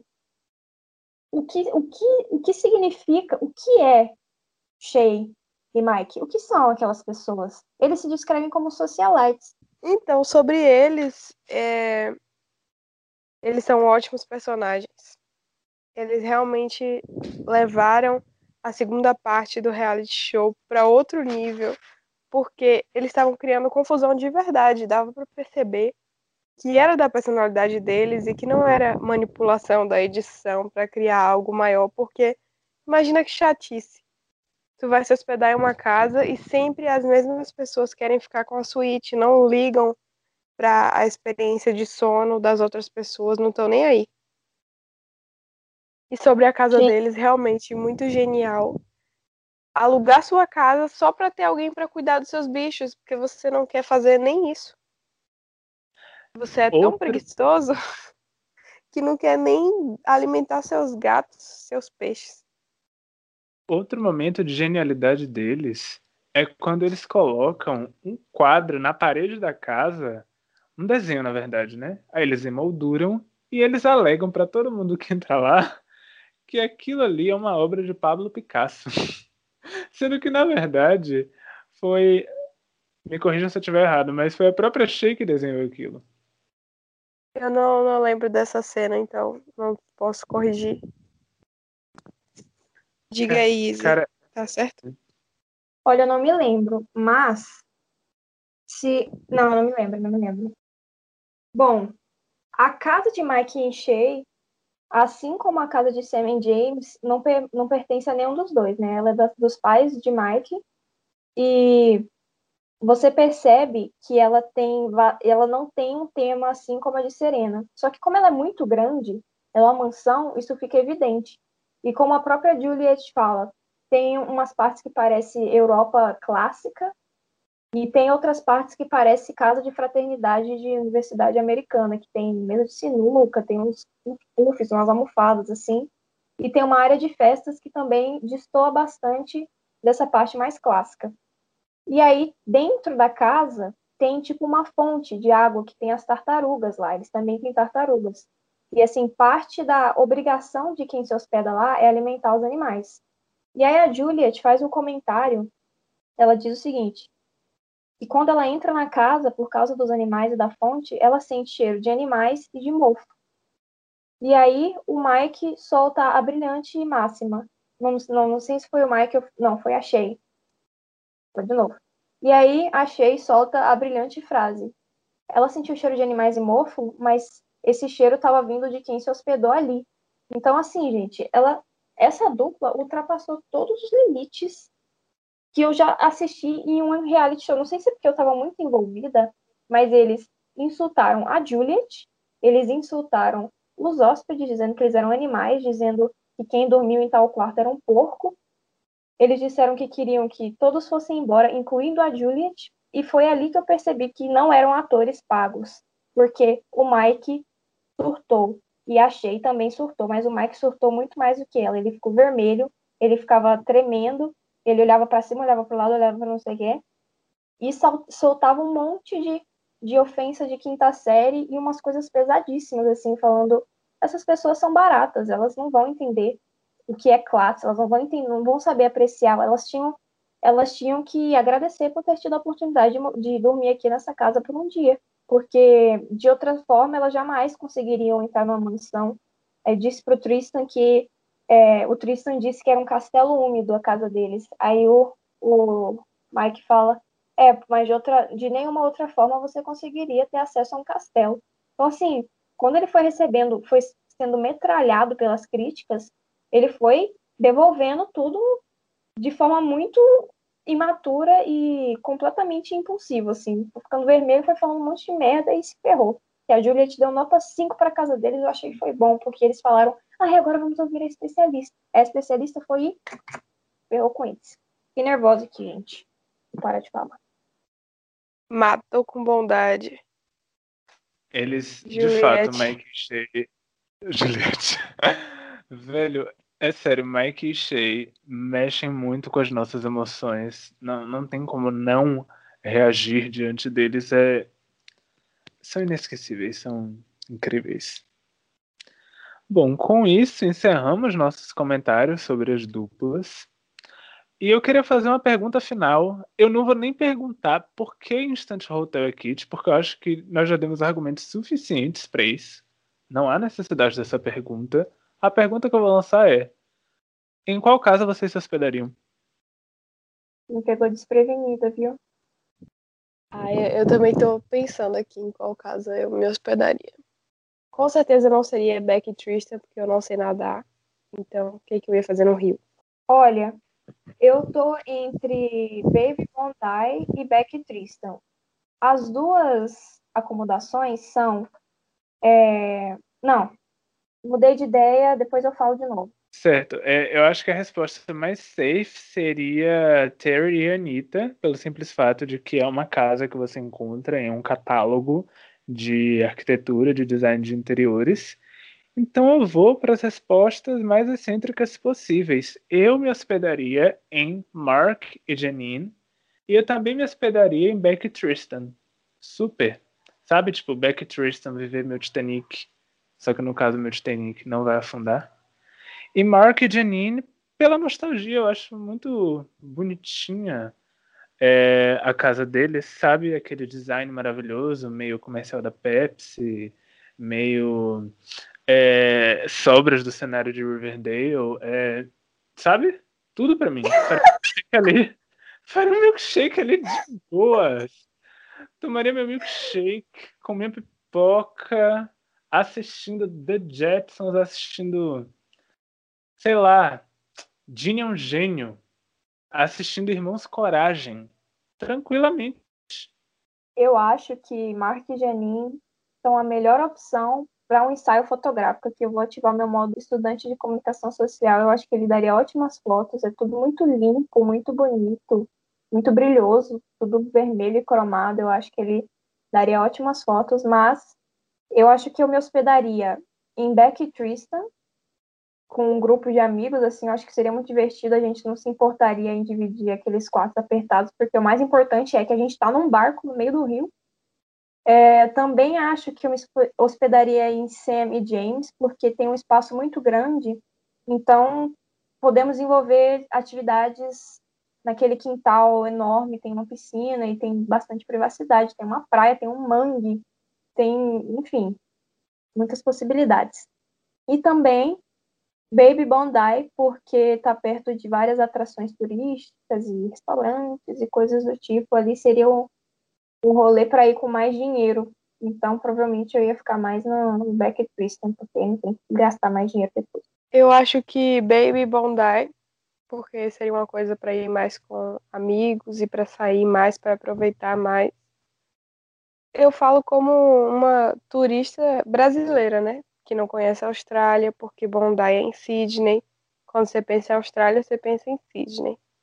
o que significa, o que é Shay e Mike. O que são aquelas pessoas? Eles se descrevem como socialites. Então, sobre eles, eles são ótimos personagens. Eles realmente levaram a segunda parte do reality show para outro nível, porque eles estavam criando confusão de verdade. Dava para perceber que era da personalidade deles e que não era manipulação da edição para criar algo maior, porque imagina que chatice. Tu vai se hospedar em uma casa e sempre as mesmas pessoas querem ficar com a suíte, não ligam para a experiência de sono das outras pessoas, não estão nem aí. E sobre a casa Gente, deles, realmente muito genial. Alugar sua casa só para ter alguém para cuidar dos seus bichos, porque você não quer fazer nem isso. Você é tão Outro, preguiçoso que não quer nem alimentar seus gatos, seus peixes. outro momento de genialidade deles é quando eles colocam um quadro na parede da casa, um desenho, na verdade, né? Aí eles emolduram e eles alegam para todo mundo que entra lá que aquilo ali é uma obra de Pablo Picasso. Sendo que, na verdade, foi. Me corrija se eu estiver errado, mas foi a própria Shea que desenhou aquilo. Eu não lembro dessa cena, então não posso corrigir. Diga aí, Isa. Cara, Tá certo? olha, eu não me lembro, mas se. Não me lembro, não me lembro. Bom, a casa de Mike e Shay, assim como a casa de Sam e James, não pertence a nenhum dos dois, né? Ela é dos pais de Mike. E você percebe que ela não tem um tema assim como a de Serena. Só que como ela é muito grande, ela é uma mansão, isso fica evidente. E como a própria Juliet fala, tem umas partes que parece Europa clássica e tem outras partes que parece casa de fraternidade de universidade americana, que tem mesa de sinuca, tem uns puffs, umas almofadas assim, e tem uma área de festas que também destoa bastante dessa parte mais clássica. E aí, dentro da casa, tem tipo uma fonte de água que tem as tartarugas lá. Eles também têm tartarugas. E assim, parte da obrigação de quem se hospeda lá é alimentar os animais. E aí a Juliet faz um comentário. Ela diz o seguinte: que quando ela entra na casa, por causa dos animais e da fonte, ela sente cheiro de animais e de mofo. E aí o Mike solta a brilhante máxima. Não sei se foi o Mike ou... Não, foi a Shay. Foi de novo. E aí a Shay solta a brilhante frase: ela sentiu o cheiro de animais e mofo, mas esse cheiro estava vindo de quem se hospedou ali. Então, assim, gente, essa dupla ultrapassou todos os limites que eu já assisti em um reality show. Não sei se é porque eu estava muito envolvida, mas eles insultaram a Juliet, eles insultaram os hóspedes, dizendo que eles eram animais, dizendo que quem dormiu em tal quarto era um porco. eles disseram que queriam que todos fossem embora, incluindo a Juliet, e foi ali que eu percebi que não eram atores pagos, porque o Mike surtou, e a Shay também surtou, mas o Mike surtou muito mais do que ela. Ele ficou vermelho, ele ficava tremendo, ele olhava para cima, olhava para o lado, olhava para não sei o quê, e soltava um monte de ofensa de quinta série e umas coisas pesadíssimas, assim, falando, essas pessoas são baratas, elas não vão entender o que é classe, elas não vão entender, não vão saber apreciar, elas tinham que agradecer por ter tido a oportunidade de dormir aqui nessa casa por um dia, porque de outra forma elas jamais conseguiriam entrar numa mansão. Disse pro Tristan que o Tristan disse que era um castelo úmido a casa deles. Aí o Mike fala, mas de nenhuma outra forma você conseguiria ter acesso a um castelo. Então, assim, quando ele foi sendo metralhado pelas críticas, ele foi devolvendo tudo de forma muito imatura e completamente impulsiva, assim. Foi ficando vermelho, foi falando um monte de merda e se ferrou. E a Juliet deu nota 5 para casa deles, eu achei que foi bom, porque eles falaram, agora vamos ouvir a especialista. A especialista foi e ferrou com eles. Fiquei nervosa aqui, gente. Para de falar. Matou com bondade. Eles, de Juliette. fato, Mike e Shay... Juliette. Velho, é sério, Mike e Shay mexem muito com as nossas emoções. Não tem como não reagir diante deles. São inesquecíveis, são incríveis. Bom, com isso, encerramos nossos comentários sobre as duplas. E eu queria fazer uma pergunta final. Eu não vou nem perguntar por que Instant Hotel é Kit, porque eu acho que nós já demos argumentos suficientes para isso. Não há necessidade dessa pergunta. A pergunta que eu vou lançar é: em qual casa vocês se hospedariam? Me pegou desprevenida, viu? Eu também tô pensando aqui em qual casa eu me hospedaria. Com certeza não seria Beck e Tristan, porque eu não sei nadar. Então, o que eu ia fazer no Rio? Olha, eu tô entre Baby Bondi e Beck e Tristan. As duas acomodações são... Não, mudei de ideia, depois eu falo de novo. Certo, eu acho que a resposta mais safe seria Terry e Anita, pelo simples fato de que é uma casa que você encontra em um catálogo de arquitetura, de design de interiores. Então eu vou para as respostas mais excêntricas possíveis. Eu me hospedaria em Mark e Janine, e eu também me hospedaria em Beck e Tristan. Super. Sabe, tipo, Beck e Tristan viver meu Titanic, só que no caso meu Titanic não vai afundar. E Mark e Janine, pela nostalgia, eu acho muito bonitinha a casa deles, sabe? Aquele design maravilhoso, meio comercial da Pepsi, meio sobras do cenário de Riverdale, sabe? Tudo pra mim. Faria um milkshake ali de boas. Tomaria meu milkshake, comia pipoca, assistindo The Jetsons, assistindo, sei lá, Ginny é um gênio, assistindo Irmãos Coragem, tranquilamente. Eu acho que Mark e Janine são a melhor opção para um ensaio fotográfico, que eu vou ativar meu modo estudante de comunicação social. Eu acho que ele daria ótimas fotos, é tudo muito limpo, muito bonito, muito brilhoso, tudo vermelho e cromado. Eu acho que ele daria ótimas fotos, mas eu acho que eu me hospedaria em Beck e Tristan, com um grupo de amigos, assim, eu acho que seria muito divertido, a gente não se importaria em dividir aqueles quartos apertados, porque o mais importante é que a gente está num barco no meio do rio. Também acho que eu me hospedaria em Sam e James, porque tem um espaço muito grande, então podemos envolver atividades naquele quintal enorme, tem uma piscina e tem bastante privacidade, tem uma praia, tem um mangue, tem, enfim, muitas possibilidades. E também Baby Bondi, porque está perto de várias atrações turísticas e restaurantes e coisas do tipo. Ali seria um rolê para ir com mais dinheiro. Então, provavelmente, eu ia ficar mais no Beck Tristan, porque não tem que gastar mais dinheiro depois. Eu acho que Baby Bondi, porque seria uma coisa para ir mais com amigos e para sair mais, para aproveitar mais. Eu falo como uma turista brasileira, né? Que não conhece a Austrália, porque Bondi é em Sydney. Quando você pensa em Austrália, você pensa em Sydney.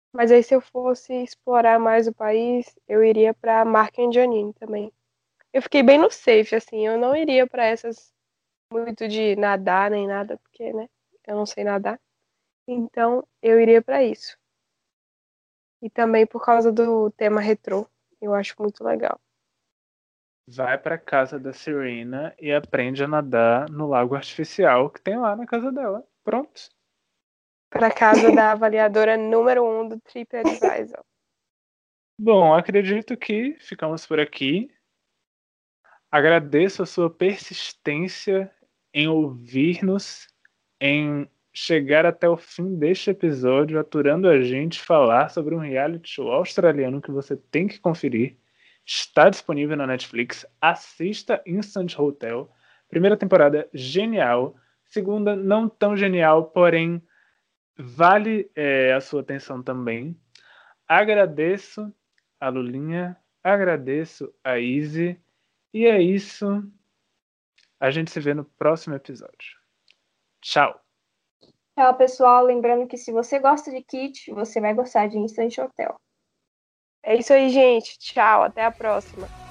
Mas aí se eu fosse explorar mais o país, eu iria para Marca and Janine também. Eu fiquei bem no safe, assim, eu não iria para essas muito de nadar nem nada, porque, né, eu não sei nadar. Então, eu iria para isso. E também por causa do tema retrô, eu acho muito legal. Vai pra casa da Serena e aprende a nadar no lago artificial que tem lá na casa dela. Pronto. Para casa da avaliadora número 1 do TripAdvisor. Bom, acredito que ficamos por aqui. Agradeço a sua persistência em ouvir-nos, em chegar até o fim deste episódio, aturando a gente falar sobre um reality show australiano que você tem que conferir. Está disponível na Netflix. Assista Instant Hotel. Primeira temporada genial. Segunda não tão genial, porém vale a sua atenção também. Agradeço a Lulinha, agradeço a Izzy. E é isso. A gente se vê no próximo episódio. Tchau! Tchau, pessoal. Lembrando que se você gosta de Kit, você vai gostar de Instant Hotel. É isso aí, gente. Tchau, até a próxima.